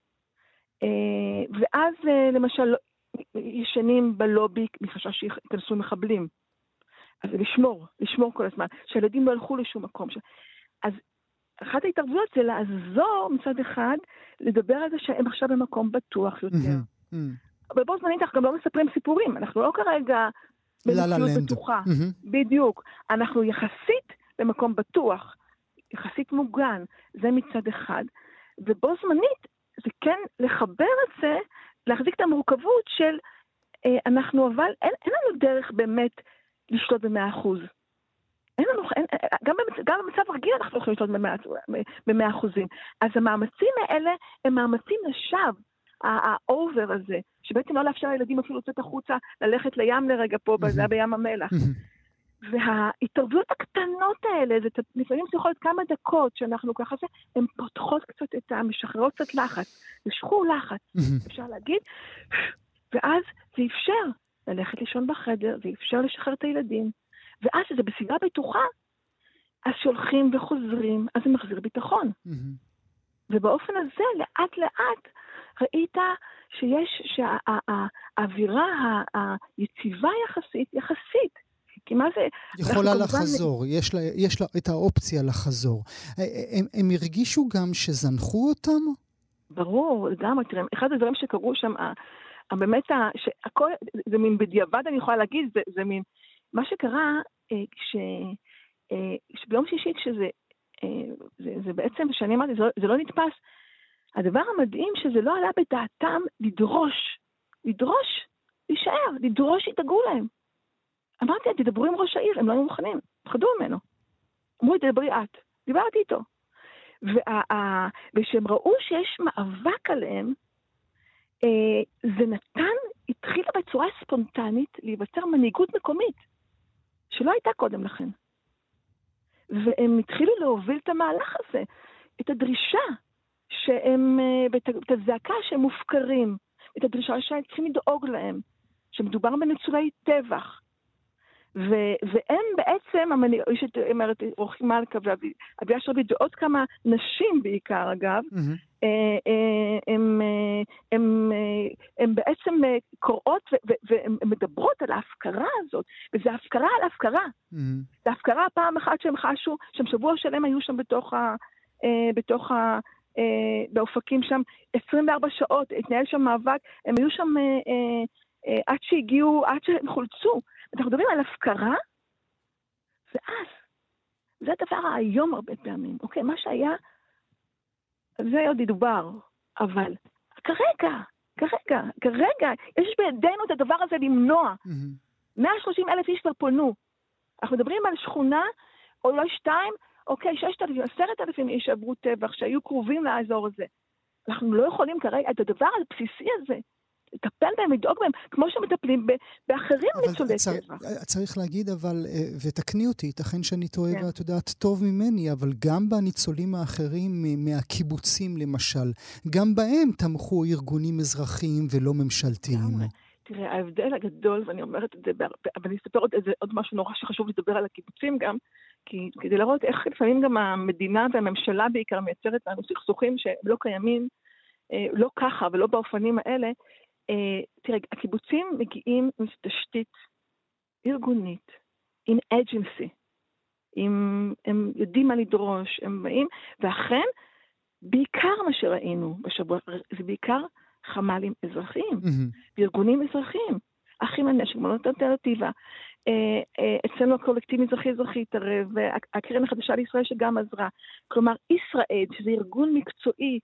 ואז למשל ישנים בלובי מחשש שיכנסו מחבלים. אז לשמור, לשמור כל הזמן, שהילדים לא הלכו לשום מקום. אז אחת ההתערבויות זה לעזור מצד אחד, לדבר על זה שהם עכשיו במקום בטוח יותר. אבל בו זמנית אנחנו גם לא מספרים סיפורים, אנחנו לא כרגע במציאות בטוחה. בדיוק. אנחנו יחסית במקום בטוח, יחסית מוגן, זה מצד אחד. ובו זמנית זה כן לחבר את זה, להחזיק את המורכבות של אנחנו, אבל אין, אין לנו דרך באמת לשלוט במאה אחוז. אין לנו, אין, גם, במצ, גם במצב רגיל אנחנו יכולים לשלוט במאה אחוזים. אז המאמצים האלה הם מאמצים לשווא, האובר הזה, שבעצם לא לאפשר לילדים אפילו לצאת החוצה, ללכת לים לרגע פה, זה בים המלח. וההתערבויות הקטנות האלה, זה, לפעמים זה יכול להיות כמה דקות שאנחנו ככה זה, הן פותחות קצת את המשחררות קצת לחץ, לשחור לחץ, אפשר להגיד, ואז זה אפשר ללכת לישון בחדר, זה אפשר לשחרר את הילדים, ואז שזה בסביבה בטוחה, אז שהולכים וחוזרים, אז זה מחזיר ביטחון. ובאופן הזה, לאט לאט, ראית שיש, שהאווירה היציבה יחסית, יחסית. כי מה זה? יכולה לחזור, יש לה, יש לה את האופציה לחזור. הם, הם הרגישו גם שזנחו אותם? ברור, גם, תראה, אחד הדברים שקרו שם, באמת, שהכל, זה מין בדיעבד, אני יכולה להגיד, זה, זה מין, מה שקרה, כש, שביום שישי, כשזה, זה, זה בעצם, שאני אמרתי, זה, זה לא נתפס, הדבר המדהים שזה לא עלה בדעתם לדרוש, לדרוש, להישאר, לדרוש שיתגעו להם. אמרתי, תדברו עם ראש העיר, הם לא היו מוכנים, פחדו ממנו. אמרו לי, תדברי את. דיברתי איתו. ושהם ראו שיש מאבק עליהם, זה נתן, התחילה בצורה ספונטנית להיווצר מנהיגות מקומית, שלא הייתה קודם לכן. והם התחילו להוביל את המהלך הזה, את הדרישה, שהם, את הזעקה שהם מופקרים, את הדרישה שהם צריכים לדאוג להם, שמדובר בניצולי טבח, ו- והם בעצם, יש את, אומרת, רוחי מלכה ואבי אשרבית, ועוד כמה נשים בעיקר, אגב, mm-hmm. הם, הם, הם בעצם קוראות והן מדברות על ההפקרה הזאת, וזה הפקרה על הפקרה. Mm-hmm. זה הפקרה פעם אחת שהם חשו, שהם שבוע שלם היו שם בתוך ה... בתוך ה באופקים שם, עשרים וארבע שעות, התנהל שם מאבק, הם היו שם עד שהגיעו, עד שהם חולצו. אנחנו מדברים על הפקרה, ואז, זה הדבר היום הרבה פעמים, אוקיי? מה שהיה, זה עוד ידובר, אבל כרגע, כרגע, כרגע, יש בידינו את הדבר הזה למנוע. מאה ושלושים אלף איש כבר פונו. אנחנו מדברים על שכונה, או לא שתיים, אוקיי, ששת אלפים, עשרת אלפים איש עברו טבח, שהיו קרובים לאזור הזה. אנחנו לא יכולים כרגע, את הדבר הבסיסי הזה, לטפל בהם, לדאוג בהם, כמו שמטפלים באחרים ניצולי טבח. צריך להגיד, אבל, ותקני אותי, ייתכן שאני טועה ואת יודעת טוב ממני, אבל גם בניצולים האחרים מהקיבוצים למשל, גם בהם תמכו ארגונים אזרחיים ולא ממשלתיים. תראה, ההבדל הגדול, ואני אומרת את זה, אבל אני אספר עוד, עוד משהו נורא שחשוב לדבר על הקיבוצים גם, כי כדי לראות איך לפעמים גם המדינה והממשלה בעיקר מייצרת לנו סכסוכים שלא קיימים, לא ככה ולא באופנים האלה. תראה, הקיבוצים מגיעים עם תשתית ארגונית, עם agency, עם, הם יודעים מה לדרוש, הם באים, ואכן, בעיקר מה שראינו בשבוע, זה בעיקר חמ"לים אזרחיים, mm-hmm. וארגונים אזרחיים, אחים הנשק, מנות אלטרנטיבה, אצלנו הקולקטיב מזרחי-אזרחי התערב, והקרן החדשה לישראל שגם עזרה, כלומר ישראל, שזה ארגון מקצועי,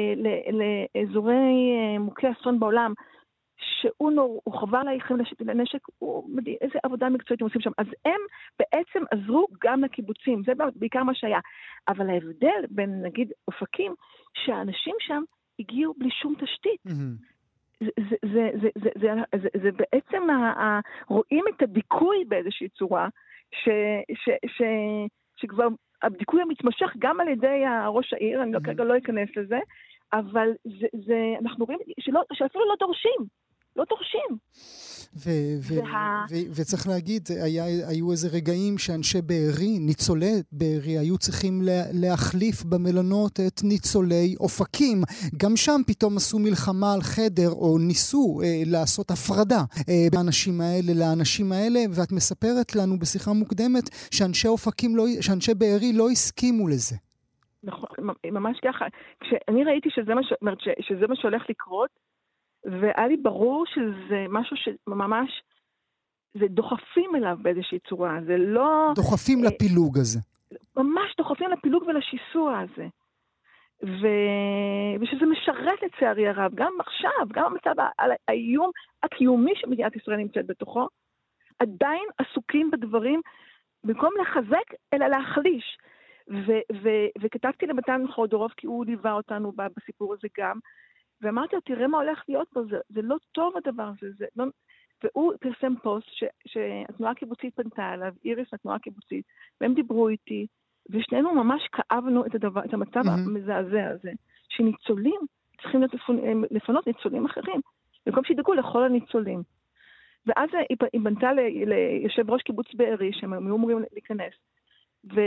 לאזורי מוכי אסון בעולם, שהוא נור, הוא חבר להיכם לנשק, הוא מדהים, איזה עבודה מקצועית הם עושים שם. אז הם בעצם עזרו גם לקיבוצים, זה בעיקר מה שהיה. אבל ההבדל בין, נגיד, אופקים, שהאנשים שם הגיעו בלי שום תשתית. זה, זה, זה, זה, זה, זה, זה, זה בעצם, רואים את הדיכוי באיזושהי צורה, ש, ש, ש, שכבר הבדיקוי המתמשך גם על ידי ראש העיר, אני כרגע לא אכנס לזה, אבל זה, זה, אנחנו רואים שלא, שאפילו לא דורשים, לא דורשים. ו- ו- וה... ו- וצריך להגיד, היה, היו איזה רגעים שאנשי בארי, ניצולי בארי, היו צריכים לה- להחליף במלונות את ניצולי אופקים. גם שם פתאום עשו מלחמה על חדר, או ניסו אה, לעשות הפרדה אה, באנשים האלה לאנשים האלה, ואת מספרת לנו בשיחה מוקדמת שאנשי אופקים, לא, שאנשי בארי לא הסכימו לזה. נכון, ממש ככה. כשאני ראיתי שזה מה, ש... שזה מה שהולך לקרות, והיה לי ברור שזה משהו שממש, זה דוחפים אליו באיזושהי צורה, זה לא... דוחפים אה, לפילוג הזה. ממש דוחפים לפילוג ולשיסוע הזה. ו... ושזה משרת לצערי הרב, גם עכשיו, גם המצב על האיום הקיומי שמדינת ישראל נמצאת בתוכו, עדיין עסוקים בדברים, במקום לחזק, אלא להחליש. ו- ו- וכתבתי למתן חודורוב, כי הוא ליווה אותנו בסיפור הזה גם, ואמרתי לו, תראה מה הולך להיות פה, זה, זה לא טוב הדבר הזה, זה לא... והוא פרסם פוסט ש- שהתנועה הקיבוצית פנתה אליו, איריס התנועה הקיבוצית, והם דיברו איתי, ושנינו ממש כאבנו את, הדבר, את המצב mm-hmm. המזעזע הזה, שניצולים צריכים לפנות ניצולים אחרים, במקום שידאגו לכל הניצולים. ואז היא, היא פנתה ל- ליושב ראש קיבוץ בארי, שהם היו אמורים להיכנס, ו...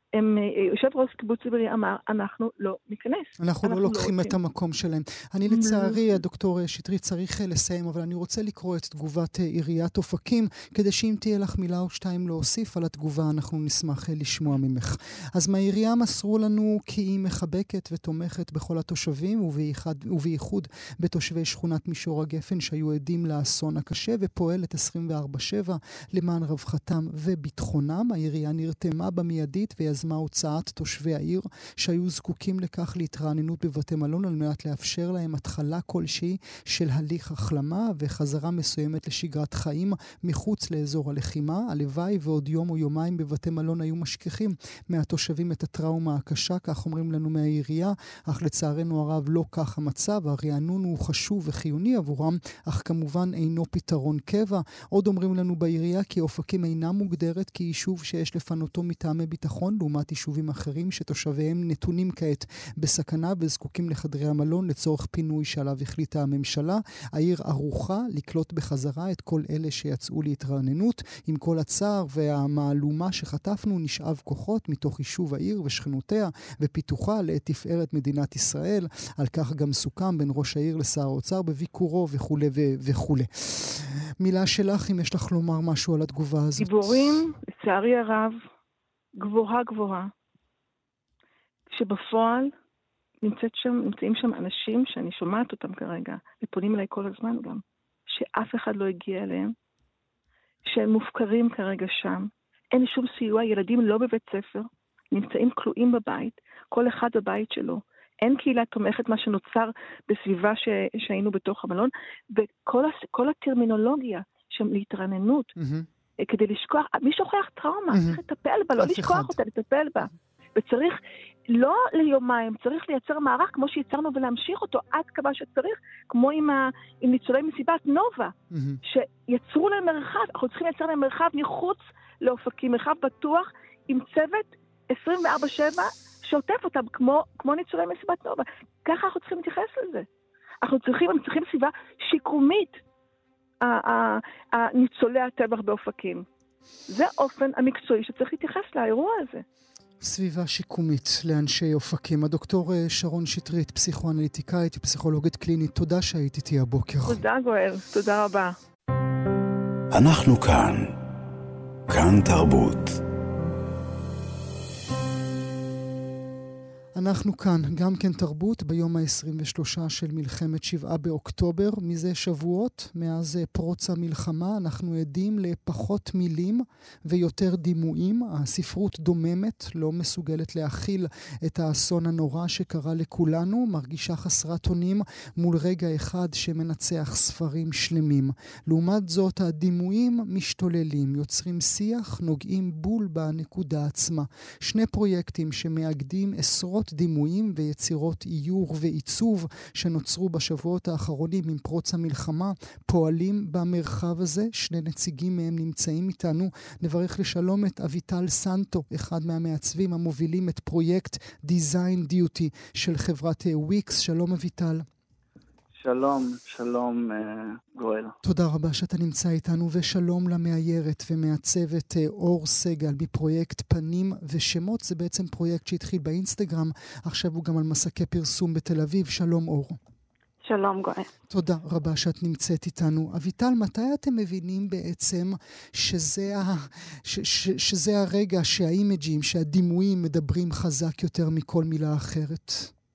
הם, יושב ראש קיבוץ ציבורי אמר, אנחנו לא ניכנס. אנחנו לא לוקחים את המקום שלהם. אני לצערי, הדוקטור שטרית, צריך לסיים, אבל אני רוצה לקרוא את תגובת עיריית אופקים, כדי שאם תהיה לך מילה או שתיים להוסיף על התגובה, אנחנו נשמח לשמוע ממך. אז מהעירייה מסרו לנו כי היא מחבקת ותומכת בכל התושבים, ובייחוד בתושבי שכונת מישור הגפן, שהיו עדים לאסון הקשה, ופועלת עשרים וארבע שבע למען רווחתם וביטחונם. העירייה נרתמה במיידית ויזמה הוצאת תושבי העיר שהיו זקוקים לכך להתרעננות בבתי מלון, על מנת לאפשר להם התחלה כלשהי של הליך החלמה וחזרה מסוימת לשגרת חיים מחוץ לאזור הלחימה. הלוואי ועוד יום או יומיים בבתי מלון היו משכיחים מהתושבים את הטראומה הקשה, כך אומרים לנו מהעירייה, אך לצערנו הרב לא כך המצב. הרענון הוא חשוב וחיוני עבורם, אך כמובן אינו פתרון קבע. עוד אומרים לנו בעירייה כי אופקים אינה מוגדרת כיישוב שיש לפנותו מטעמי ביטחון, לעומת יישובים אחרים שתושביהם נתונים כעת בסכנה וזקוקים לחדרי המלון לצורך פינוי שעליו החליטה הממשלה. העיר ערוכה לקלוט בחזרה את כל אלה שיצאו להתרעננות. עם כל הצער והמעלומה שחטפנו, נשאב כוחות מתוך יישוב העיר ושכנותיה ופיתוחה לתפארת מדינת ישראל. על כך גם סוכם בין ראש העיר לשר האוצר בביקורו וכו' וכו'. מילה שלך, אם יש לך לומר משהו על התגובה הזאת. דיבורים, לצערי הרב, גבוהה גבוהה, שבפועל נמצאת שם, נמצאים שם אנשים שאני שומעת אותם כרגע, ופונים אליי כל הזמן גם, שאף אחד לא הגיע אליהם, שהם מופקרים כרגע שם, אין שום סיוע, ילדים לא בבית ספר, נמצאים כלואים בבית, כל אחד בבית שלו, אין קהילה תומכת, מה שנוצר בסביבה ש... שהיינו בתוך המלון, וכל הס... כל הטרמינולוגיה של להתרעננות, mm-hmm. כדי לשכוח, מי שוכח טראומה, mm-hmm. צריך לטפל בה, לא לשכוח אחד. אותה, לטפל בה. וצריך, לא ליומיים, צריך לייצר מערך כמו שיצרנו ולהמשיך אותו עד כמה שצריך, כמו עם, ה... עם ניצולי מסיבת נובה, mm-hmm. שיצרו להם מרחב, אנחנו צריכים לייצר להם מרחב מחוץ לאופקים, מרחב בטוח, עם צוות עשרים וארבע שבע, שעוטף אותם כמו, כמו ניצולי מסיבת נובה. ככה אנחנו צריכים להתייחס לזה. אנחנו צריכים, אנחנו צריכים סביבה שיקומית, הניצולי הטבח באופקים. זה האופן המקצועי שצריך להתייחס לאירוע הזה. סביבה שיקומית לאנשי אופקים. הדוקטור שרון שטרית, פסיכואנליטיקאית ופסיכולוגית קלינית, תודה שהיית איתי הבוקר. תודה גואל, תודה רבה. אנחנו כאן. כאן תרבות. אנחנו כאן, גם כן תרבות, ביום ה-עשרים ושלושה של מלחמת שבעה באוקטובר. מזה שבועות, מאז פרוץ המלחמה, אנחנו עדים לפחות מילים ויותר דימויים. הספרות דוממת, לא מסוגלת להכיל את האסון הנורא שקרה לכולנו, מרגישה חסרת אונים מול רגע אחד שמנצח ספרים שלמים. לעומת זאת, הדימויים משתוללים, יוצרים שיח, נוגעים בול בנקודה עצמה. שני פרויקטים שמאגדים עשרות דימויים ויצירות איור ועיצוב שנוצרו בשבועות האחרונים עם פרוץ המלחמה פועלים במרחב הזה. שני נציגים מהם נמצאים איתנו. נברך לשלום את אביטל סנטו, אחד מהמעצבים המובילים את פרויקט Design Duty של חברת וויקס. שלום אביטל. שלום, שלום גואל. תודה רבה שאתה נמצא איתנו, ושלום למאיירת ומעצבת אור סגל בפרויקט פנים ושמות. זה בעצם פרויקט שהתחיל באינסטגרם, עכשיו הוא גם על מסקי פרסום בתל אביב. שלום אור. שלום גואל. תודה רבה שאת נמצאת איתנו. אביטל, מתי אתם מבינים בעצם שזה, ה... ש... ש... שזה הרגע שהאימג'ים, שהדימויים מדברים חזק יותר מכל מילה אחרת?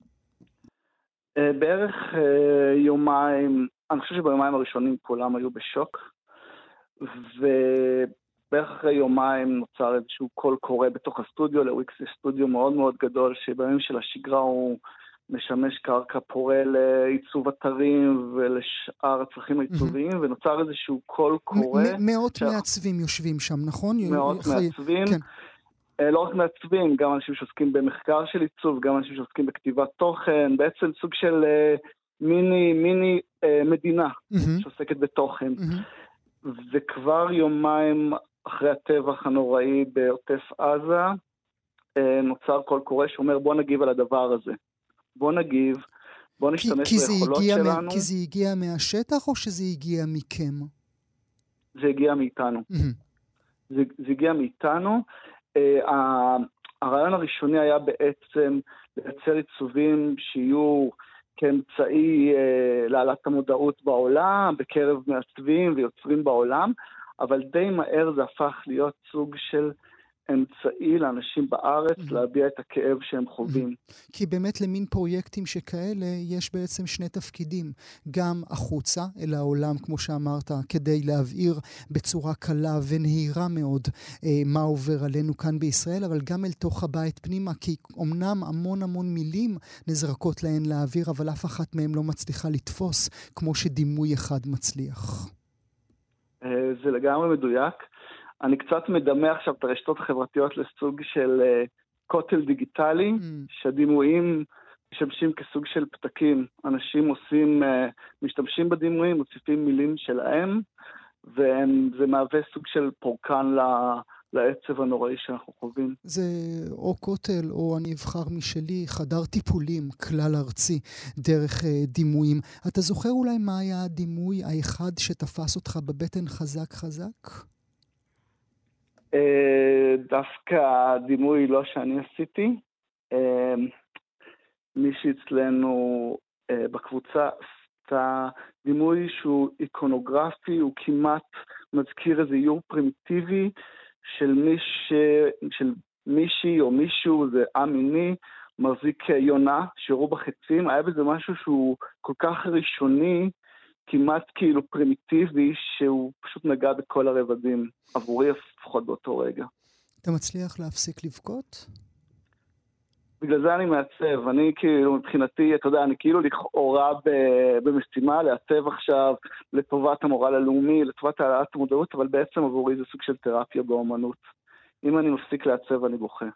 בערך יומיים, אני חושב שביומיים הראשונים כולם היו בשוק, ובערך אחרי יומיים נוצר איזשהו קול קורא בתוך הסטודיו. לוויקס זה סטודיו מאוד מאוד גדול, שבימים של השגרה הוא משמש קרקע פורה לעיצוב אתרים ולשאר הצרכים העיצוביים, ונוצר איזשהו קול קורא. מאות מעצבים יושבים שם, נכון? מאות מעצבים. כן. לא רק מעצבים, גם אנשים שעוסקים במחקר של עיצוב, גם אנשים שעוסקים בכתיבת תוכן, בעצם סוג של מיני, מיני מדינה mm-hmm. שעוסקת בתוכן. Mm-hmm. וכבר יומיים אחרי הטבח הנוראי בעוטף עזה, נוצר קול קורא שאומר בוא נגיב על הדבר הזה. בוא נגיב, בוא נשתמש כי, ביכולות כי שלנו. מ, כי זה הגיע מהשטח או שזה הגיע מכם? זה הגיע מאיתנו. Mm-hmm. זה, זה הגיע מאיתנו. Uh, הרעיון הראשוני היה בעצם לייצר עיצובים שיהיו כאמצעי אה, להעלאת המודעות בעולם, בקרב מעצבים ויוצרים בעולם, אבל די מהר זה הפך להיות סוג של אמצעי לאנשים בארץ mm-hmm. להביע את הכאב שהם חווים. Mm-hmm. כי באמת למין פרויקטים שכאלה יש בעצם שני תפקידים, גם החוצה אל העולם, כמו שאמרת, כדי להבהיר בצורה קלה ונהירה מאוד אה, מה עובר עלינו כאן בישראל, אבל גם אל תוך הבית פנימה, כי אמנם המון המון מילים נזרקות להן לאוויר, אבל אף אחת מהן לא מצליחה לתפוס כמו שדימוי אחד מצליח. אה, זה לגמרי מדויק. אני קצת מדמה עכשיו את הרשתות החברתיות לסוג של uh, קוטל דיגיטלי, mm. שהדימויים משמשים כסוג של פתקים. אנשים עושים, uh, משתמשים בדימויים, מוסיפים מילים שלהם, וזה מהווה סוג של פורקן ל- לעצב הנוראי שאנחנו חווים. זה או קוטל, או אני אבחר משלי, חדר טיפולים, כלל ארצי, דרך uh, דימויים. אתה זוכר אולי מה היה הדימוי האחד שתפס אותך בבטן חזק חזק? דווקא הדימוי לא שאני עשיתי. מישהי אצלנו בקבוצה עשתה דימוי שהוא איקונוגרפי, הוא כמעט מזכיר איזה איור פרימיטיבי של, מיש, של מישהי או מישהו, זה א-מיני, מחזיק יונה, שירו בחצים. היה בזה משהו שהוא כל כך ראשוני, כמעט כאילו פרימיטיבי, שהוא פשוט נגע בכל הרבדים, עבורי לפחות באותו רגע. אתה מצליח להפסיק לבכות? בגלל זה אני מעצב, אני כאילו מבחינתי, אתה יודע, אני כאילו לכאורה במשימה, לעצב עכשיו לטובת המורל הלאומי, לטובת העלאת המודעות, אבל בעצם עבורי זה סוג של תרפיה באומנות. אם אני מפסיק לעצב, אני בוכה.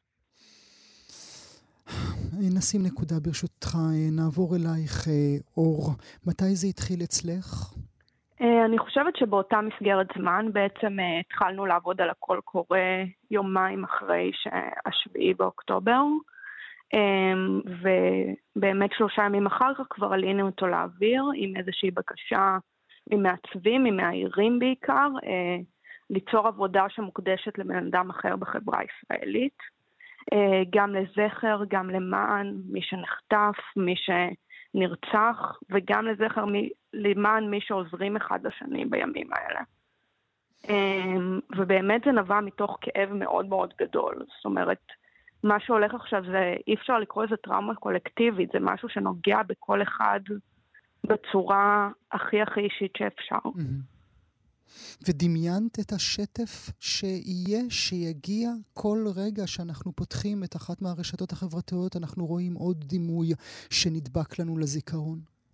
נשים נקודה ברשותך, נעבור אלייך אור. מתי זה התחיל אצלך? אני חושבת שבאותה מסגרת זמן בעצם התחלנו לעבוד על הקול קורא יומיים אחרי השביעי באוקטובר, ובאמת שלושה ימים אחר כך כבר עלינו אותו לאוויר עם איזושהי בקשה ממעצבים, ממאיירים בעיקר, ליצור עבודה שמוקדשת לבן אדם אחר בחברה הישראלית. גם לזכר, גם למען מי שנחטף, מי שנרצח, וגם לזכר מי, למען מי שעוזרים אחד לשני בימים האלה. ובאמת זה נבע מתוך כאב מאוד מאוד גדול. זאת אומרת, מה שהולך עכשיו זה, אי אפשר לקרוא איזה טראומה קולקטיבית, זה משהו שנוגע בכל אחד בצורה הכי הכי אישית שאפשר. ודמיינת את השטף שיהיה, שיגיע כל רגע שאנחנו פותחים את אחת מהרשתות החברתיות, אנחנו רואים עוד דימוי שנדבק לנו לזיכרון.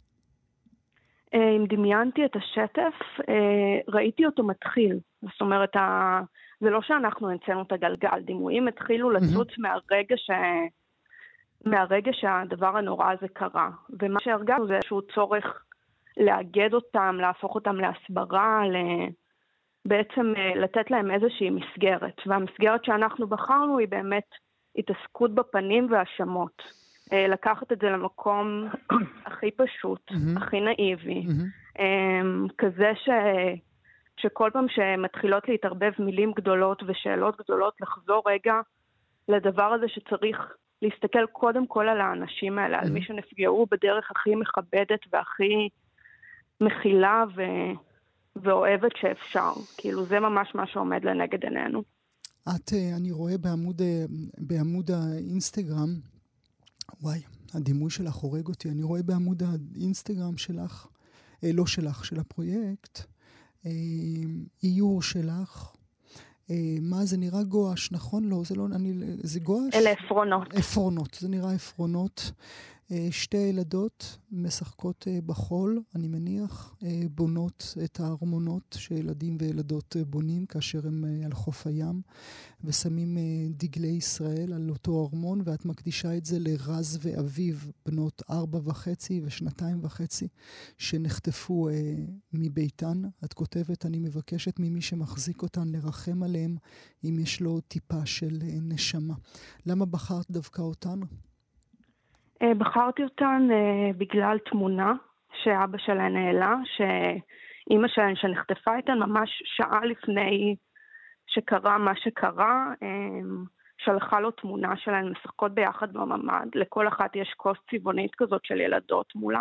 אם דמיינתי את השטף, ראיתי אותו מתחיל. זאת אומרת, זה לא שאנחנו המצאנו את הגלגל, דימויים התחילו לצוץ מהרגע ש... מהרגע שהדבר הנורא הזה קרה. ומה שהרגענו זה שהוא צורך לאגד אותם, להפוך אותם להסברה, בעצם לתת להם איזושהי מסגרת. והמסגרת שאנחנו בחרנו היא באמת התעסקות בפנים והשמות. לקחת את זה למקום הכי פשוט, mm-hmm. הכי נאיבי. Mm-hmm. כזה ש... שכל פעם שמתחילות להתערבב מילים גדולות ושאלות גדולות, לחזור רגע לדבר הזה שצריך להסתכל קודם כל על האנשים האלה, mm-hmm. על מי שנפגעו בדרך הכי מכבדת והכי מכילה ו... ואוהבת שאפשר. כאילו זה ממש מה שעומד לנגד עינינו. את, אני רואה בעמוד, בעמוד האינסטגרם, וואי, הדימוי שלך הורג אותי, אני רואה בעמוד האינסטגרם שלך, אה, לא שלך, של הפרויקט, אה, איור שלך, אה, מה זה נראה גואש, נכון? לא, זה לא, אני, זה גואש? אלה אפרונות. אפרונות, זה נראה אפרונות. שתי ילדות משחקות בחול, אני מניח, בונות את הארמונות שילדים וילדות בונים כאשר הם על חוף הים, ושמים דגלי ישראל על אותו ארמון, ואת מקדישה את זה לרז ואביו, בנות ארבע וחצי ושנתיים וחצי, שנחטפו מביתן. את כותבת, אני מבקשת ממי שמחזיק אותן לרחם עליהם, אם יש לו טיפה של נשמה. למה בחרת דווקא אותן? בחרתי אותן בגלל תמונה שאבא שלהן העלה, שאימא שלהן שנחטפה איתן ממש שעה לפני שקרה מה שקרה, שלחה לו תמונה שלהן משחקות ביחד בממד, לכל אחת יש כוס צבעונית כזאת של ילדות מולה,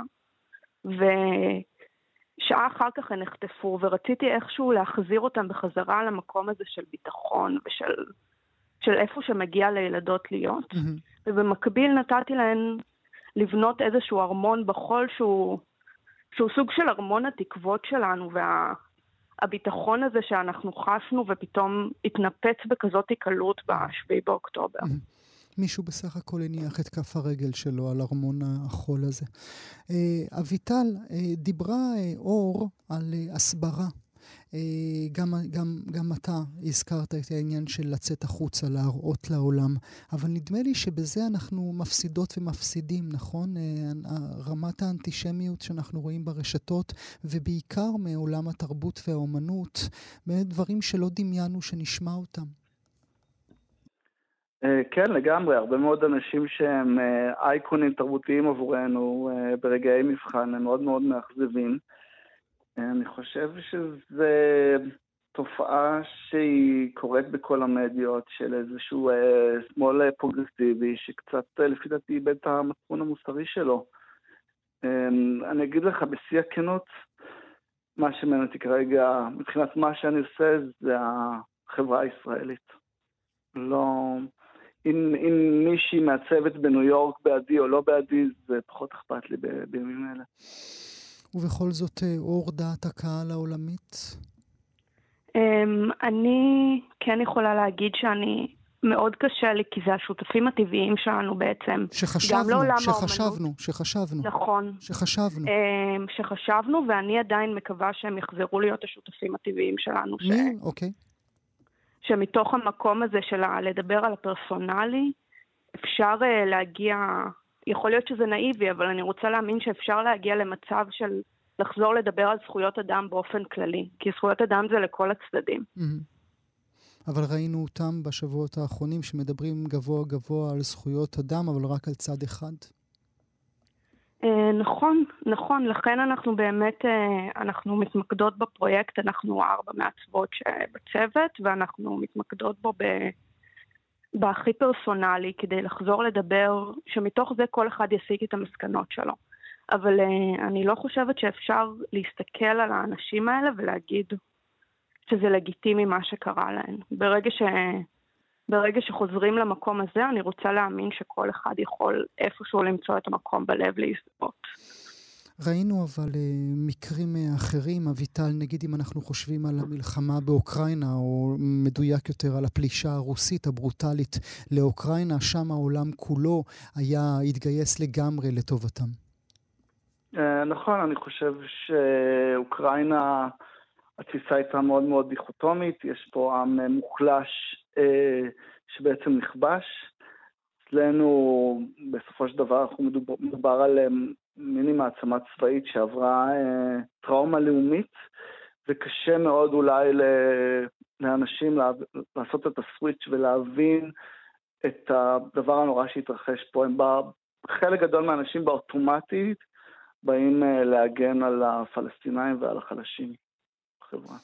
ושעה אחר כך הן נחטפו, ורציתי איכשהו להחזיר אותם בחזרה למקום הזה של ביטחון, ושל של איפה שמגיע לילדות להיות, mm-hmm. ובמקביל נתתי להן לבנות איזשהו ארמון בחול, שהוא, שהוא סוג של ארמון התקוות שלנו, והביטחון הזה שאנחנו חשנו, ופתאום התנפץ בכזאת קלות בשביעי באוקטובר. Mm-hmm. מישהו בסך הכל הניח את כף הרגל שלו על ארמון החול הזה. אביטל, דיברה אור על הסברה. גם, גם, גם אתה הזכרת את העניין של לצאת החוצה, להראות לעולם, אבל נדמה לי שבזה אנחנו מפסידות ומפסידים, נכון? רמת האנטישמיות שאנחנו רואים ברשתות, ובעיקר מעולם התרבות והאומנות, דברים שלא דמיינו שנשמע אותם. כן, לגמרי. הרבה מאוד אנשים שהם אייקונים תרבותיים עבורנו ברגעי מבחן, הם מאוד מאוד מאכזבים. אני חושב שזו תופעה שהיא קורית בכל המדיות, של איזשהו אה, שמאל פרוגרסיבי, שקצת לפי דעתי איבד את המצפון המוסרי שלו. אה, אני אגיד לך בשיא הכנות, מה שמעניין אותי כרגע, מבחינת מה שאני עושה, זה החברה הישראלית. לא, אם, אם מישהי מעצבת בניו יורק בעדי או לא בעדי, זה פחות אכפת לי ב, בימים האלה. ובכל זאת אור דעת הקהל העולמית? אני כן יכולה להגיד שאני מאוד קשה לי, כי זה השותפים הטבעיים שלנו בעצם. שחשבנו, שחשבנו, שחשבנו. נכון. שחשבנו. שחשבנו, ואני עדיין מקווה שהם יחזרו להיות השותפים הטבעיים שלנו. מי? אוקיי. שמתוך המקום הזה של לדבר על הפרסונלי, אפשר להגיע... יכול להיות שזה נאיבי, אבל אני רוצה להאמין שאפשר להגיע למצב של לחזור לדבר על זכויות אדם באופן כללי, כי זכויות אדם זה לכל הצדדים. אבל ראינו אותם בשבועות האחרונים שמדברים גבוה גבוה על זכויות אדם, אבל רק על צד אחד. נכון, נכון. לכן אנחנו באמת, אנחנו מתמקדות בפרויקט, אנחנו ארבע מעצבות בצוות, ואנחנו מתמקדות בו ב... בהכי פרסונלי, כדי לחזור לדבר, שמתוך זה כל אחד יסיק את המסקנות שלו. אבל uh, אני לא חושבת שאפשר להסתכל על האנשים האלה ולהגיד שזה לגיטימי מה שקרה להם. ברגע, ש... ברגע שחוזרים למקום הזה, אני רוצה להאמין שכל אחד יכול איפשהו למצוא את המקום בלב להזדהות. ראינו אבל מקרים אחרים, אביטל, נגיד אם אנחנו חושבים על המלחמה באוקראינה, או מדויק יותר על הפלישה הרוסית הברוטלית לאוקראינה, שם העולם כולו היה התגייס לגמרי לטובתם. נכון, אני חושב שאוקראינה, התפיסה הייתה מאוד מאוד דיכוטומית, יש פה עם מוחלש שבעצם נכבש. אצלנו בסופו של דבר אנחנו מדובר, מדובר על מיני מעצמה צבאית שעברה אה, טראומה לאומית, וקשה מאוד אולי לאנשים לה, לעשות את הסוויץ' ולהבין את הדבר הנורא שהתרחש פה. הם בא, חלק גדול מהאנשים באוטומטית באים אה, להגן על הפלסטינאים ועל החלשים בחברה.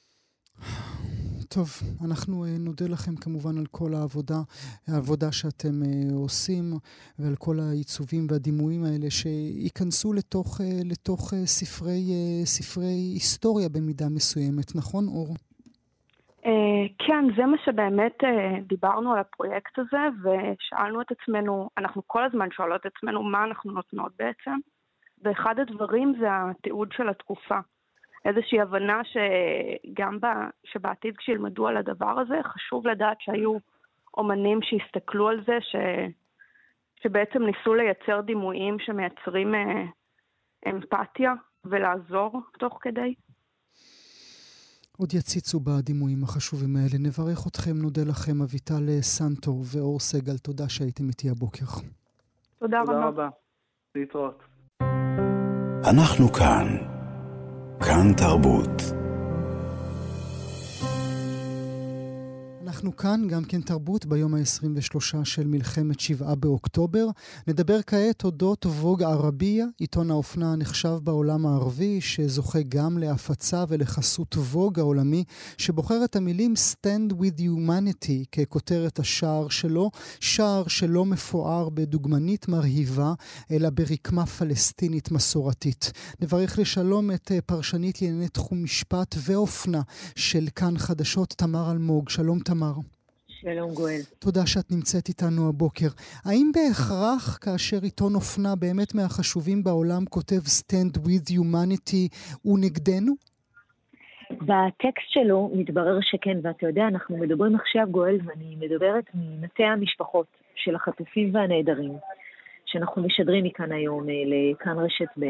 טוב, אנחנו נודה לכם כמובן על כל העבודה, העבודה שאתם עושים, ועל כל העיצובים והדימויים האלה שיכנסו לתוך, לתוך ספרי, ספרי היסטוריה במידה מסוימת, נכון אור? כן, זה מה שבאמת דיברנו על הפרויקט הזה, ושאלנו את עצמנו, אנחנו כל הזמן שואלות את עצמנו מה אנחנו נותנות בעצם, ואחד הדברים זה התיעוד של התקופה. איזושהי הבנה שגם בה, שבעתיד כשילמדו על הדבר הזה, חשוב לדעת שהיו אומנים שהסתכלו על זה, ש, שבעצם ניסו לייצר דימויים שמייצרים אה, אמפתיה ולעזור תוך כדי. עוד יציצו בדימויים החשובים האלה. נברך אתכם, נודה לכם, אביטל סנטו ואור סגל, תודה שהייתם איתי הבוקר. תודה, תודה רבה. רבה. להתראות. אנחנו כאן. כאן תרבות. אנחנו כאן, גם כן תרבות, ביום ה-עשרים ושלושה של מלחמת שבעה באוקטובר. נדבר כעת אודות ווג ערבייה, עיתון האופנה הנחשב בעולם הערבי, שזוכה גם להפצה ולחסות ווג העולמי, שבוחר את המילים Stand with Humanity ככותרת השער שלו, שער שלא מפואר בדוגמנית מרהיבה, אלא ברקמה פלסטינית מסורתית. נברך לשלום את פרשנית לענייני תחום משפט ואופנה של כאן חדשות, תמר אלמוג. שלום תמר. שלום גואל. תודה שאת נמצאת איתנו הבוקר. האם בהכרח כאשר עיתון אופנה באמת מהחשובים בעולם כותב Stand with Humanity הוא נגדנו? בטקסט שלו מתברר שכן, ואתה יודע, אנחנו מדברים עכשיו גואל, ואני מדברת ממטה המשפחות של החטופים והנעדרים, שאנחנו משדרים מכאן היום לכאן רשת ב',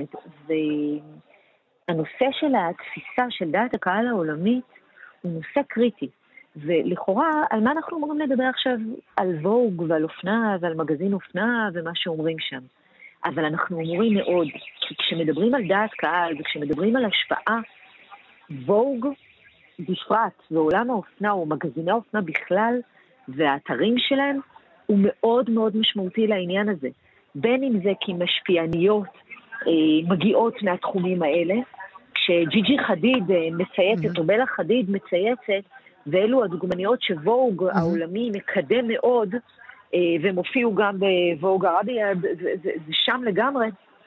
והנושא של התפיסה של דעת הקהל העולמית הוא נושא קריטי. ולכאורה, על מה אנחנו אמורים לדבר עכשיו? על ווג ועל אופנה ועל מגזין אופנה ומה שאומרים שם. אבל אנחנו אמורים מאוד, כי כשמדברים על דעת קהל וכשמדברים על השפעה, ווג בפרט ועולם האופנה או מגזיני האופנה בכלל והאתרים שלהם, הוא מאוד מאוד משמעותי לעניין הזה. בין אם זה כי משפיעניות אה, מגיעות מהתחומים האלה, כשג'יג'י חדיד אה, מצייצת, או בלה חדיד מצייצת, ואלו הדוגמניות שוואוג mm-hmm. העולמי מקדם מאוד, אה, והם הופיעו גם בוואוג ערבייה, זה, זה, זה, זה שם לגמרי.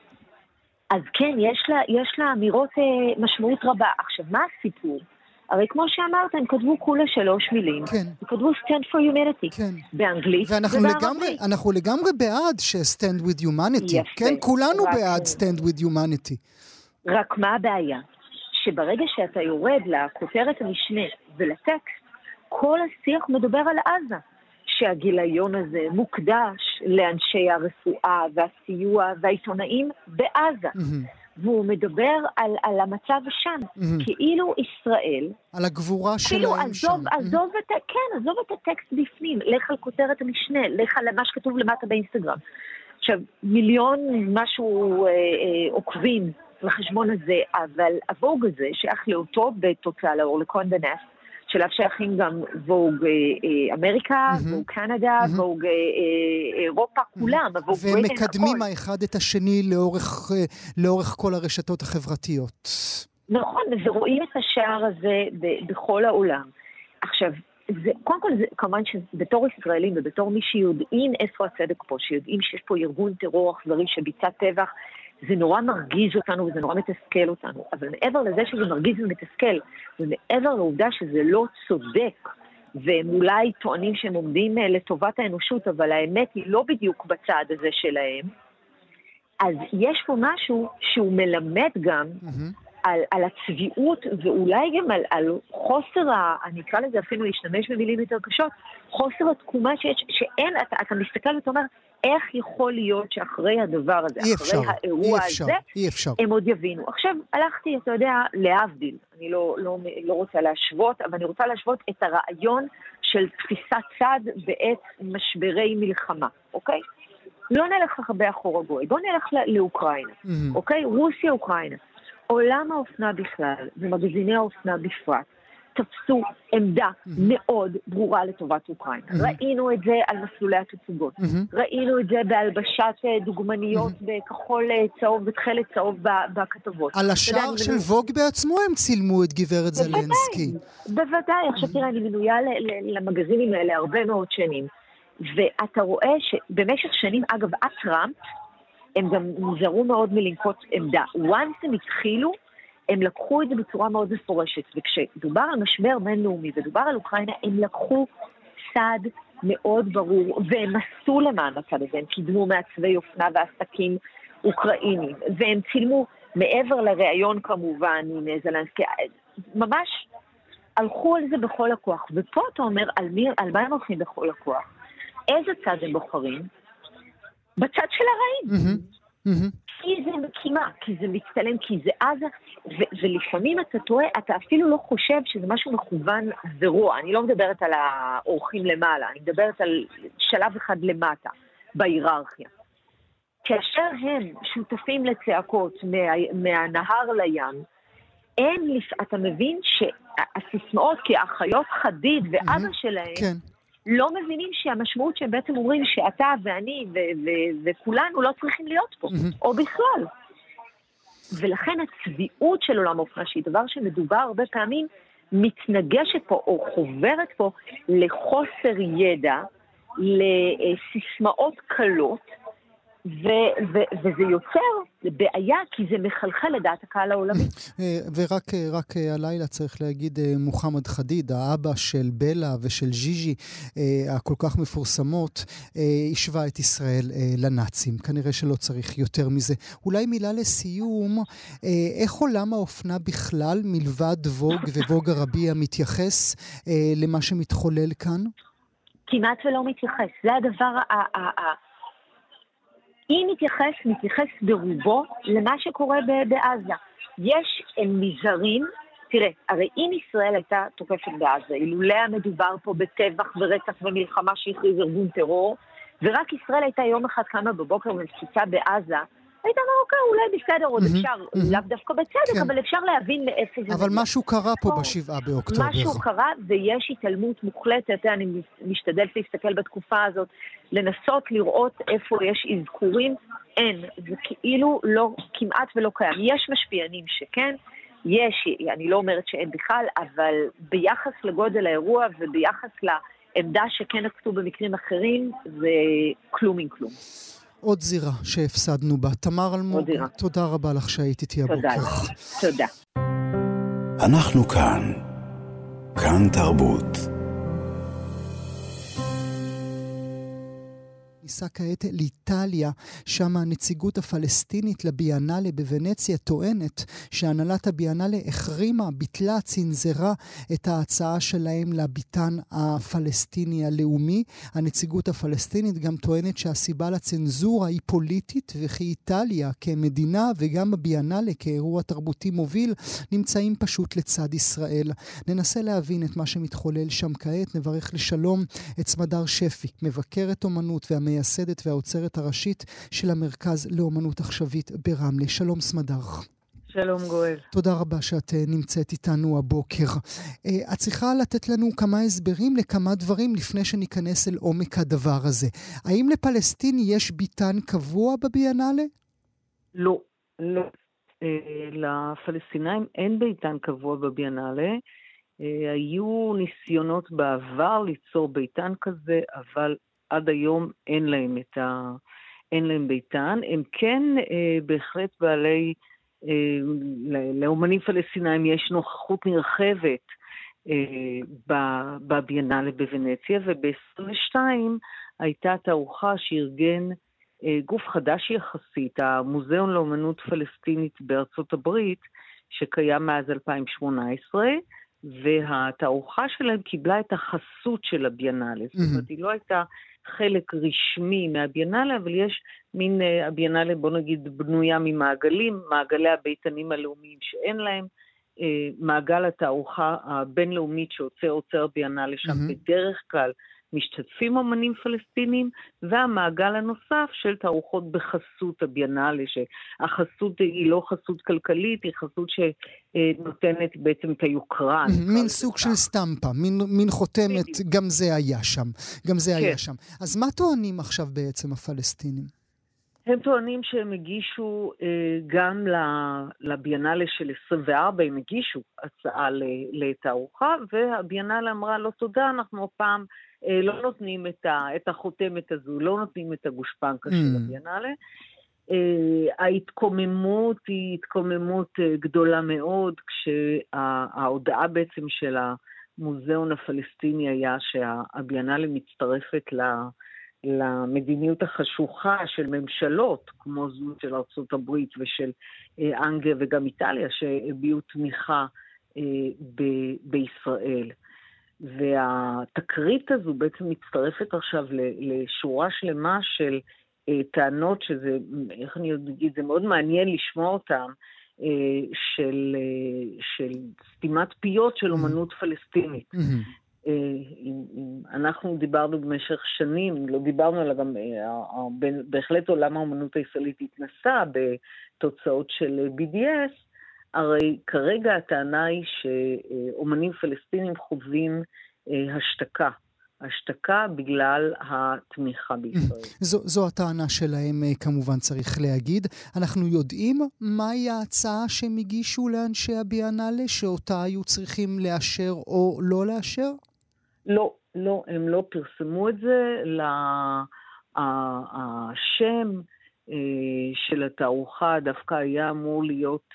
אז כן, יש לה, יש לה אמירות אה, משמעות רבה. עכשיו, מה הסיפור? הרי כמו שאמרת, הם כתבו כולה שלוש מילים. כן. הם כתבו Stand for Humanity. כן. באנגלית ובערבית. לגמרי, אנחנו לגמרי בעד ש-Stand with Humanity. יפה. כן, כולנו בעד Stand with Humanity. רק מה הבעיה? שברגע שאתה יורד לכותרת המשנה ולטקסט, כל השיח מדבר על עזה. שהגיליון הזה מוקדש לאנשי הרפואה והסיוע והעיתונאים בעזה. Mm-hmm. והוא מדבר על, על המצב שם. Mm-hmm. כאילו ישראל... על הגבורה כאילו שלהם עזוב, שם. עזוב mm-hmm. את, כן, עזוב את הטקסט בפנים. לך על כותרת המשנה, לך על מה שכתוב למטה באינסטגרם. עכשיו, מיליון משהו אה, אה, עוקבים לחשבון הזה, אבל הווג הזה שייך לאותו בתוצאה לאור לקונדה נסט, שלב שייכים גם ווג אה, אמריקה, mm-hmm. ווג קנדה, mm-hmm. ווג אה, אה, אירופה, כולם. Mm-hmm. והם מקדמים האחד את השני לאורך, אה, לאורך כל הרשתות החברתיות. נכון, ורואים את השער הזה ב- בכל העולם. עכשיו, זה, קודם כל, זה, כמובן שבתור ישראלים ובתור מי שיודעים איפה הצדק פה, שיודעים שיש פה ארגון טרור אכזרי שביצע טבח, זה נורא מרגיז אותנו וזה נורא מתסכל אותנו. אבל מעבר לזה שזה מרגיז ומתסכל, ומעבר לעובדה שזה לא צודק, והם אולי טוענים שהם עומדים לטובת האנושות, אבל האמת היא לא בדיוק בצד הזה שלהם, אז יש פה משהו שהוא מלמד גם mm-hmm. על, על הצביעות, ואולי גם על, על חוסר, ה, אני אקרא לזה אפילו להשתמש במילים יותר קשות, חוסר התקומה שיש, שאין, אתה, אתה מסתכל ואתה אומר, איך יכול להיות שאחרי הדבר הזה, אחרי אפשר, האירוע אי אפשר, הזה, אי אפשר. הם עוד יבינו. עכשיו, הלכתי, אתה יודע, להבדיל, אני לא, לא, לא רוצה להשוות, אבל אני רוצה להשוות את הרעיון של תפיסת צד בעת משברי מלחמה, אוקיי? לא נלך הרבה אחורה גוי, בוא נלך לאוקראינה, mm-hmm. אוקיי? רוסיה, אוקראינה. עולם האופנה בכלל, ומגזיני האופנה בפרט, תפסו עמדה mm-hmm. מאוד ברורה לטובת אוקראינה. Mm-hmm. ראינו את זה על מסלולי התצוגות. Mm-hmm. ראינו את זה בהלבשת דוגמניות mm-hmm. בכחול צהוב, בתכלת צהוב בכתבות. על השער של ווג בעצמו הם צילמו את גברת זלנסקי. בוודאי. עכשיו תראה, אני מנויה למגזינים האלה הרבה מאוד שנים. ואתה רואה שבמשך שנים, אגב, עד טראמפ, הם גם נזהרו מאוד מלנקוט עמדה. once הם התחילו, הם לקחו את זה בצורה מאוד מפורשת, וכשדובר על משבר בינלאומי ודובר על אוקראינה, הם לקחו צד מאוד ברור, והם עשו למען הצד הזה, הם קידמו מעצבי אופנה ועסקים אוקראינים, והם צילמו מעבר לראיון כמובן עם זלנסקי, ממש הלכו על זה בכל הכוח, ופה אתה אומר על, מי, על מה הם הולכים בכל הכוח? איזה צד הם בוחרים? בצד של הרעים. Mm-hmm. Mm-hmm. כי זה מקימה, כי זה מצטלם, כי זה עזה, ו- ולפעמים אתה טועה, אתה אפילו לא חושב שזה משהו מכוון ורוע. אני לא מדברת על האורחים למעלה, אני מדברת על שלב אחד למטה, בהיררכיה. כאשר הם שותפים לצעקות מה- מהנהר לים, אין, אתה מבין שהסיסמאות, כי האחיות חדיד ואבא שלהם, כן. לא מבינים שהמשמעות שהם בעצם אומרים שאתה ואני ו- ו- וכולנו לא צריכים להיות פה, או בכלל. ולכן הצביעות של עולם האופנה, שהיא דבר שמדובר הרבה פעמים, מתנגשת פה או חוברת פה לחוסר ידע, לסיסמאות קלות, ו- ו- וזה יוצר בעיה, כי זה מחלחל לדעת הקהל העולמי. ורק רק הלילה צריך להגיד, מוחמד חדיד, האבא של בלה ושל ז'יז'י, הכל כך מפורסמות, השווה את ישראל לנאצים. כנראה שלא צריך יותר מזה. אולי מילה לסיום, איך עולם האופנה בכלל, מלבד ווג וווג הרביע, מתייחס למה שמתחולל כאן? כמעט ולא מתייחס. זה הדבר ה... אם מתייחס, מתייחס ברובו למה שקורה בעזה. יש מזרים, תראה, הרי אם ישראל הייתה תוקפת בעזה, אילולא המדובר פה בטבח ורצח ומלחמה שהכריז ארגון טרור, ורק ישראל הייתה יום אחד קמה בבוקר ומפציצה בעזה, הייתה אומר, אוקיי, אולי בסדר, עוד אפשר, לאו דווקא בצדק, אבל אפשר להבין מאיפה זה. אבל משהו קרה פה בשבעה באוקטובר. משהו קרה, ויש התעלמות מוחלטת, אני משתדלת להסתכל בתקופה הזאת, לנסות לראות איפה יש אזכורים, אין, זה כאילו לא, כמעט ולא קיים. יש משפיענים שכן, יש, אני לא אומרת שאין בכלל, אבל ביחס לגודל האירוע וביחס לעמדה שכן נקטו במקרים אחרים, זה כלום עם כלום. עוד זירה שהפסדנו בה. תמר אלמוג, תודה רבה לך שהיית איתי הבוקר. תודה. תודה. אנחנו כאן. כאן תרבות. ניסה כעת לאיטליה, שם הנציגות הפלסטינית לביאנלה בוונציה טוענת שהנהלת הביאנלה החרימה, ביטלה, צנזרה את ההצעה שלהם לביתן הפלסטיני הלאומי. הנציגות הפלסטינית גם טוענת שהסיבה לצנזורה היא פוליטית, וכי איטליה כמדינה וגם הביאנלה כאירוע תרבותי מוביל נמצאים פשוט לצד ישראל. ננסה להבין את מה שמתחולל שם כעת. נברך לשלום את סמדר שפי, מבקרת אומנות והמייסדת המייסדת והאוצרת הראשית של המרכז לאומנות עכשווית ברמלה. שלום סמדר. שלום גואל. תודה רבה שאת נמצאת איתנו הבוקר. את צריכה לתת לנו כמה הסברים לכמה דברים לפני שניכנס אל עומק הדבר הזה. האם לפלסטין יש ביתן קבוע בביאנלה? לא, לא. לפלסטינאים אין ביתן קבוע בביאנלה. היו ניסיונות בעבר ליצור ביתן כזה, אבל עד היום אין להם את ה... אין להם ביתן. הם כן אה, בהחלט בעלי, אה, לאומנים פלסטינאים יש נוכחות נרחבת אה, בביאנלה בוונציה, וב-עשרים ושתיים הייתה תערוכה שארגן אה, גוף חדש יחסית, המוזיאון לאומנות פלסטינית בארצות הברית, שקיים מאז אלפיים שמונה עשרה, והתערוכה שלהם קיבלה את החסות של הביאנלה. זאת אומרת, היא לא הייתה חלק רשמי מהביאנלה, אבל יש מין, הביאנלה, בוא נגיד, בנויה ממעגלים, מעגלי הביתנים הלאומיים שאין להם, מעגל התערוכה הבינלאומית שעוצר עוצר ביאנלה שם בדרך כלל, משתתפים אומנים פלסטינים, והמעגל הנוסף של תערוכות בחסות הביאנלה, שהחסות היא לא חסות כלכלית, היא חסות שנותנת בעצם את היוקרה. מין סוג של סטמפה, מין, מין חותמת, גם זה היה שם, גם זה היה שם. אז מה טוענים עכשיו בעצם הפלסטינים? הם טוענים שהם הגישו גם לביאנלה של עשרים וארבע, הם הגישו הצעה לתערוכה, והביאנלה אמרה, לא תודה, אנחנו הפעם לא נותנים את, ה, את החותמת הזו, לא נותנים את הגושפנקה mm. של הביאנלה. ההתקוממות היא התקוממות גדולה מאוד, כשההודעה בעצם של המוזיאון הפלסטיני היה שהביאנלה מצטרפת למדיניות החשוכה של ממשלות, כמו זו של ארצות הברית ושל אנגליה וגם איטליה, שהביעו תמיכה ב- בישראל. והתקרית הזו בעצם מצטרפת עכשיו לשורה שלמה של טענות, שזה, איך אני עוד אגיד, זה מאוד מעניין לשמוע אותם, של, של סתימת פיות של אומנות פלסטינית. אנחנו דיברנו במשך שנים, לא דיברנו עליו גם, בהחלט עולם האומנות הישראלית התנסה בתוצאות של בי די אס, הרי כרגע הטענה היא שאומנים פלסטינים חווים השתקה. השתקה בגלל התמיכה בישראל. זו, זו הטענה שלהם, כמובן צריך להגיד. אנחנו יודעים מהי ההצעה שהם הגישו לאנשי הביאנלה, שאותה היו צריכים לאשר או לא לאשר? לא, לא, הם לא פרסמו את זה. השם של התערוכה דווקא היה אמור להיות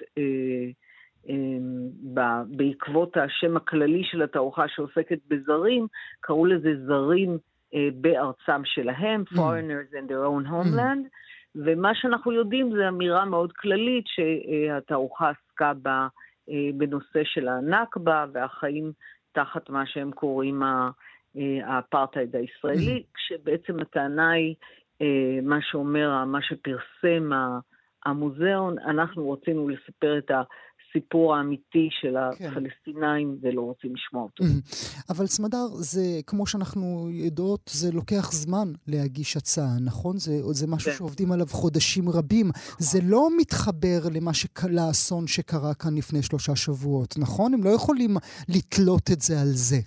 בעקבות השם הכללי של התערוכה שעוסקת בזרים, קראו לזה זרים בארצם שלהם, foreigners in their own homeland, ומה שאנחנו יודעים זה אמירה מאוד כללית שהתערוכה עסקה בה בנושא של הנכבה והחיים תחת מה שהם קוראים האפרטהייד הישראלי, כשבעצם הטענה היא מה שאומר, מה שפרסם המוזיאון, אנחנו רצינו לספר את הסיפור האמיתי של הפלסטינאים ולא רוצים לשמוע אותו. אבל סמדר, זה, כמו שאנחנו יודעות, זה לוקח זמן להגיש הצעה, נכון? זה, זה משהו שעובדים עליו חודשים רבים. זה לא מתחבר למה שקלה אסון שקרה כאן לפני שלושה שבועות, נכון? הם לא יכולים לתלות את זה על זה.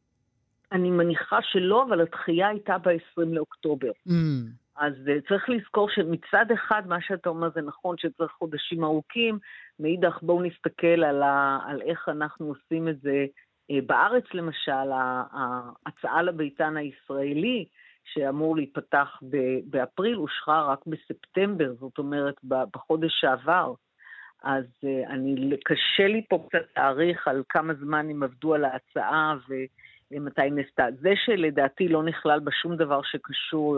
אני מניחה שלא, אבל התחייה הייתה ב-עשרים לאוקטובר. אז צריך לזכור שמצד אחד מה שאתה אומר זה נכון שצריך חודשים ארוכים, מאידך בואו נסתכל על, ה, על איך אנחנו עושים את זה בארץ למשל, ההצעה לביתן הישראלי שאמור להיפתח באפריל אושרה רק בספטמבר, זאת אומרת בחודש שעבר, אז אני, קשה לי פה קצת להעריך על כמה זמן הם עבדו על ההצעה ומתי נסתה. זה שלדעתי לא נכלל בשום דבר שקשור ל...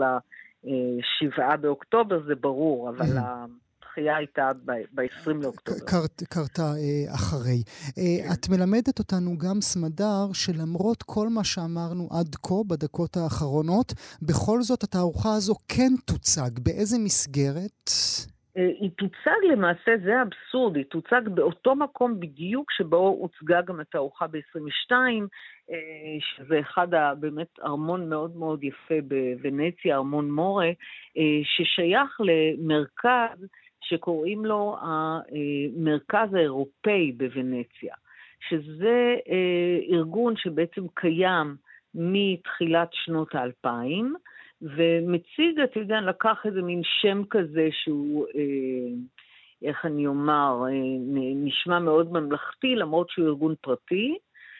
שבעה באוקטובר זה ברור, אבל התחייה הייתה ב-עשרים לאוקטובר. קרתה אחרי. את מלמדת אותנו גם סמדר שלמרות כל מה שאמרנו עד כה בדקות האחרונות, בכל זאת התערוכה הזו כן תוצג. באיזה מסגרת? היא תוצג למעשה, זה אבסורד, היא תוצג באותו מקום בדיוק שבו הוצגה גם התערוכה ב-עשרים ושתיים, שזה אחד באמת ארמון מאוד מאוד יפה בוונציה, ארמון מורה, ששייך למרכז שקוראים לו המרכז האירופאי בוונציה, שזה ארגון שבעצם קיים מתחילת שנות האלפיים, ומציג, אתה יודע, לקח איזה מין שם כזה שהוא, איך אני אומר, נשמע מאוד ממלכתי, למרות שהוא ארגון פרטי,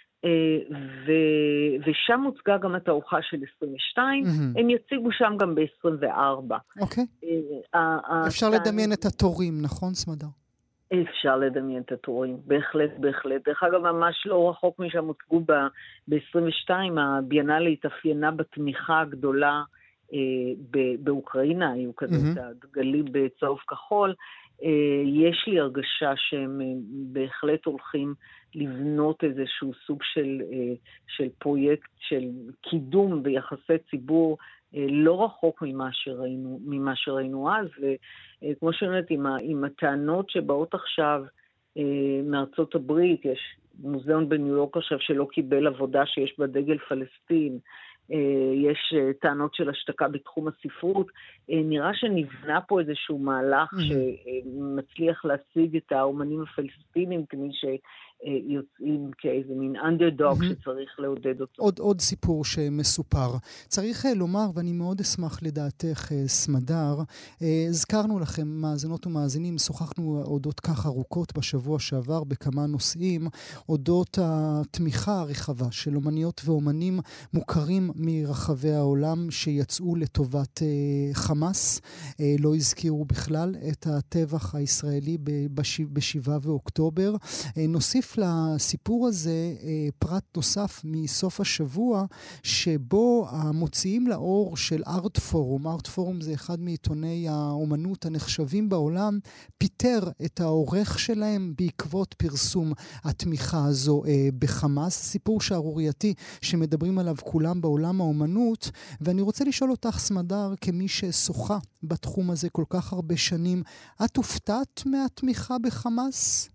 ושם הוצגה גם התערוכה של עשרים ושתיים, הם יציגו שם גם ב-עשרים וארבע. אוקיי. אפשר לדמיין את התורים, נכון סמדר? אפשר לדמיין את התורים, בהחלט, בהחלט. דרך אגב, ממש לא רחוק משם הוצגו ב-עשרים ושתיים, הביאנלה התאפיינה בתמיכה הגדולה באוקראינה, היו כזה את הדגלים בצהוב כחול. יש לי הרגשה שהם בהחלט הולכים לבנות איזשהו סוג של, של פרויקט של קידום ביחסי ציבור לא רחוק ממה שראינו, ממה שראינו אז, וכמו שאומרת, עם, עם הטענות שבאות עכשיו מארצות הברית, יש מוזיאון בניו יורק עכשיו שלא קיבל עבודה שיש בה דגל פלסטין, יש טענות של השתקה בתחום הספרות, נראה שנבנה פה איזשהו מהלך שמצליח להשיג את האומנים הפלסטינים כמי שיוצאים כאיזה מין אנדרדוג שצריך לעודד אותו. עוד, עוד סיפור שמסופר. צריך לומר, ואני מאוד אשמח לדעתך סמדר, הזכרנו לכם מאזינות ומאזינים, שוחחנו אודות כך ארוכות בשבוע שעבר בכמה נושאים, אודות התמיכה הרחבה של אומניות ואומנים מוכרים מרחבי העולם שיצאו לטובת חמאס, לא הזכירו בכלל את הטבח הישראלי בשבעה באוקטובר. נוסיף לסיפור הזה פרט נוסף מסוף השבוע, שבו המוציאים לאור של ארט פורום, ארט פורום זה אחד מעיתוני האומנות הנחשבים בעולם, פיטר את העורך שלהם בעקבות פרסום התמיכה הזו בחמאס. סיפור שערורייתי שמדברים עליו כולם בעולם האומנות, ואני רוצה לשאול אותך סמדר, כמי ששוחה בתחום הזה כל כך הרבה שנים, את הופתעת מהתמיכה בחמאס?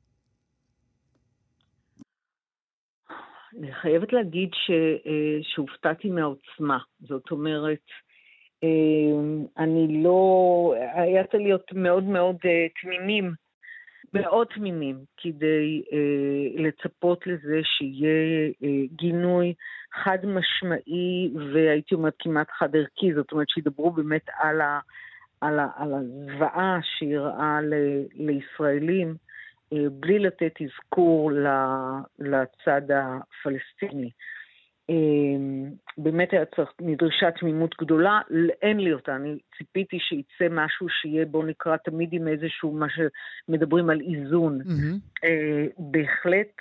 אני חייבת להגיד ש, שהופתעתי מהעוצמה. זאת אומרת, אני לא, היה צריך להיות מאוד מאוד תמימים מאוד תמימים כדי אה, לצפות לזה שיהיה אה, גינוי חד משמעי והייתי אומרת כמעט חד ערכי, זאת אומרת שידברו באמת על, ה, על, ה, על הזוועה שיראה ל, לישראלים, אה, בלי לתת אזכור ל, לצד הפלסטיני. באמת היה צריך, נדרשה תמימות גדולה, אין לי אותה, אני ציפיתי שיצא משהו שיהיה, בוא נקרא תמיד עם איזשהו, מה שמדברים על איזון. Mm-hmm. בהחלט,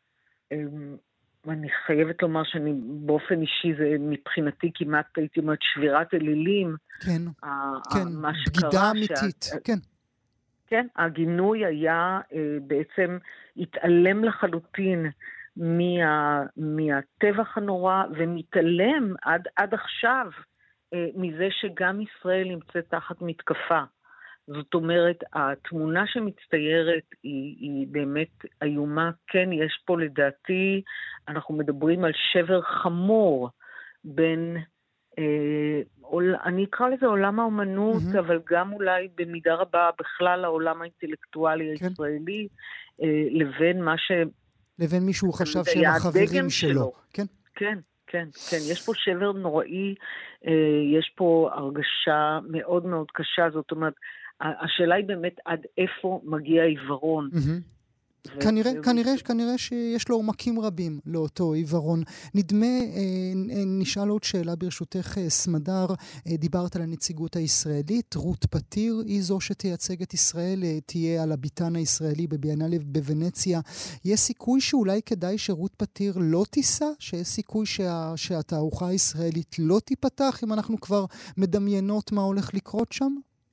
אני חייבת לומר שאני באופן אישי, זה מבחינתי כמעט הייתי אומרת שבירת אלילים. כן, כן, בגידה אמיתית, כן. כן, הגינוי היה בעצם התעלם לחלוטין, מה, מהטבח הנורא, ומתעלם עד, עד עכשיו אה, מזה שגם ישראל נמצאת תחת מתקפה. זאת אומרת, התמונה שמצטיירת היא, היא באמת איומה. כן, יש פה לדעתי, אנחנו מדברים על שבר חמור בין, אה, עול, אני אקרא לזה עולם האומנות, mm-hmm. אבל גם אולי במידה רבה בכלל העולם האינטלקטואלי כן. הישראלי, אה, לבין מה ש... לבין מישהו חשב שהם החברים שלו. שלו. כן? כן, כן, כן. יש פה שבר נוראי, יש פה הרגשה מאוד מאוד קשה, זאת אומרת, השאלה היא באמת עד איפה מגיע עיוורון. כנראה, כנראה, כנראה שיש לו עומקים רבים לאותו עיוורון. נדמה, נשאל עוד שאלה ברשותך, סמדר, דיברת על הנציגות הישראלית, רות פתיר היא זו שתייצג את ישראל, תהיה על הביתן הישראלי בביאנלה בוונציה. יש סיכוי שאולי כדאי שרות פתיר לא תיסע? שיש סיכוי שה, שהתערוכה הישראלית לא תיפתח, אם אנחנו כבר מדמיינות מה הולך לקרות שם?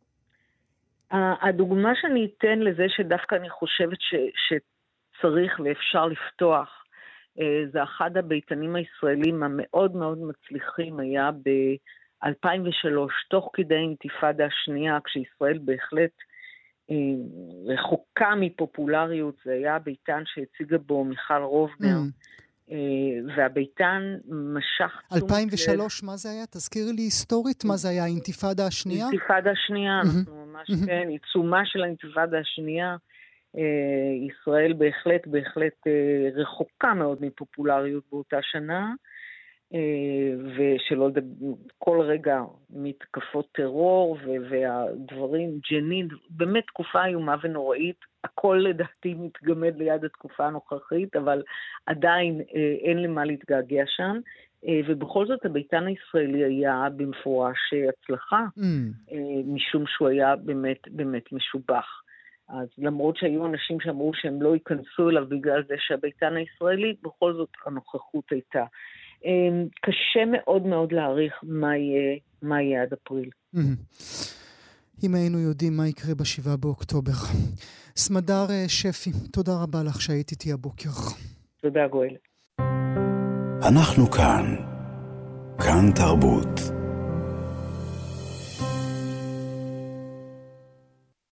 הדוגמה שאני אתן לזה שדווקא אני חושבת ש, שצריך ואפשר לפתוח, זה אחד הביתנים הישראלים המאוד מאוד מצליחים, היה ב-אלפיים ושלוש, תוך כדי האינתיפאדה השנייה, כשישראל בהחלט רחוקה מפופולריות, זה היה ביתן שהציגה בו מיכל רובנר, mm. והביתן משך... אלפיים ושלוש, מה זה היה? תזכיר לי היסטורית, מה זה היה? האינתיפאדה השנייה? האינתיפאדה השנייה, אנחנו ממש כן, עיצומה של האינתיפאדה השנייה, ישראל בהחלט, בהחלט רחוקה מאוד מפופולריות באותה שנה, ושלא כל רגע מתקפות טרור והדברים, ג'נין, באמת תקופה איומה ונוראית, הכל לדעתי מתגמד ליד התקופה הנוכחית, אבל עדיין אין למה להתגעגע שם, ובכל זאת הביתן הישראלי היה במפורש הצלחה, mm. משום שהוא היה באמת, באמת משובח. אז למרות שהיו אנשים שאמרו שהם לא ייכנסו אליו בגלל זה שהביתן הישראלי, בכל זאת הנוכחות הייתה. קשה מאוד מאוד להעריך מה יהיה, מה יהיה עד אפריל. אם היינו יודעים מה יקרה בשבעה באוקטובר. סמדר שפי, תודה רבה לך שהיית איתי הבוקר. תודה גואל. אנחנו כאן, כאן תרבות.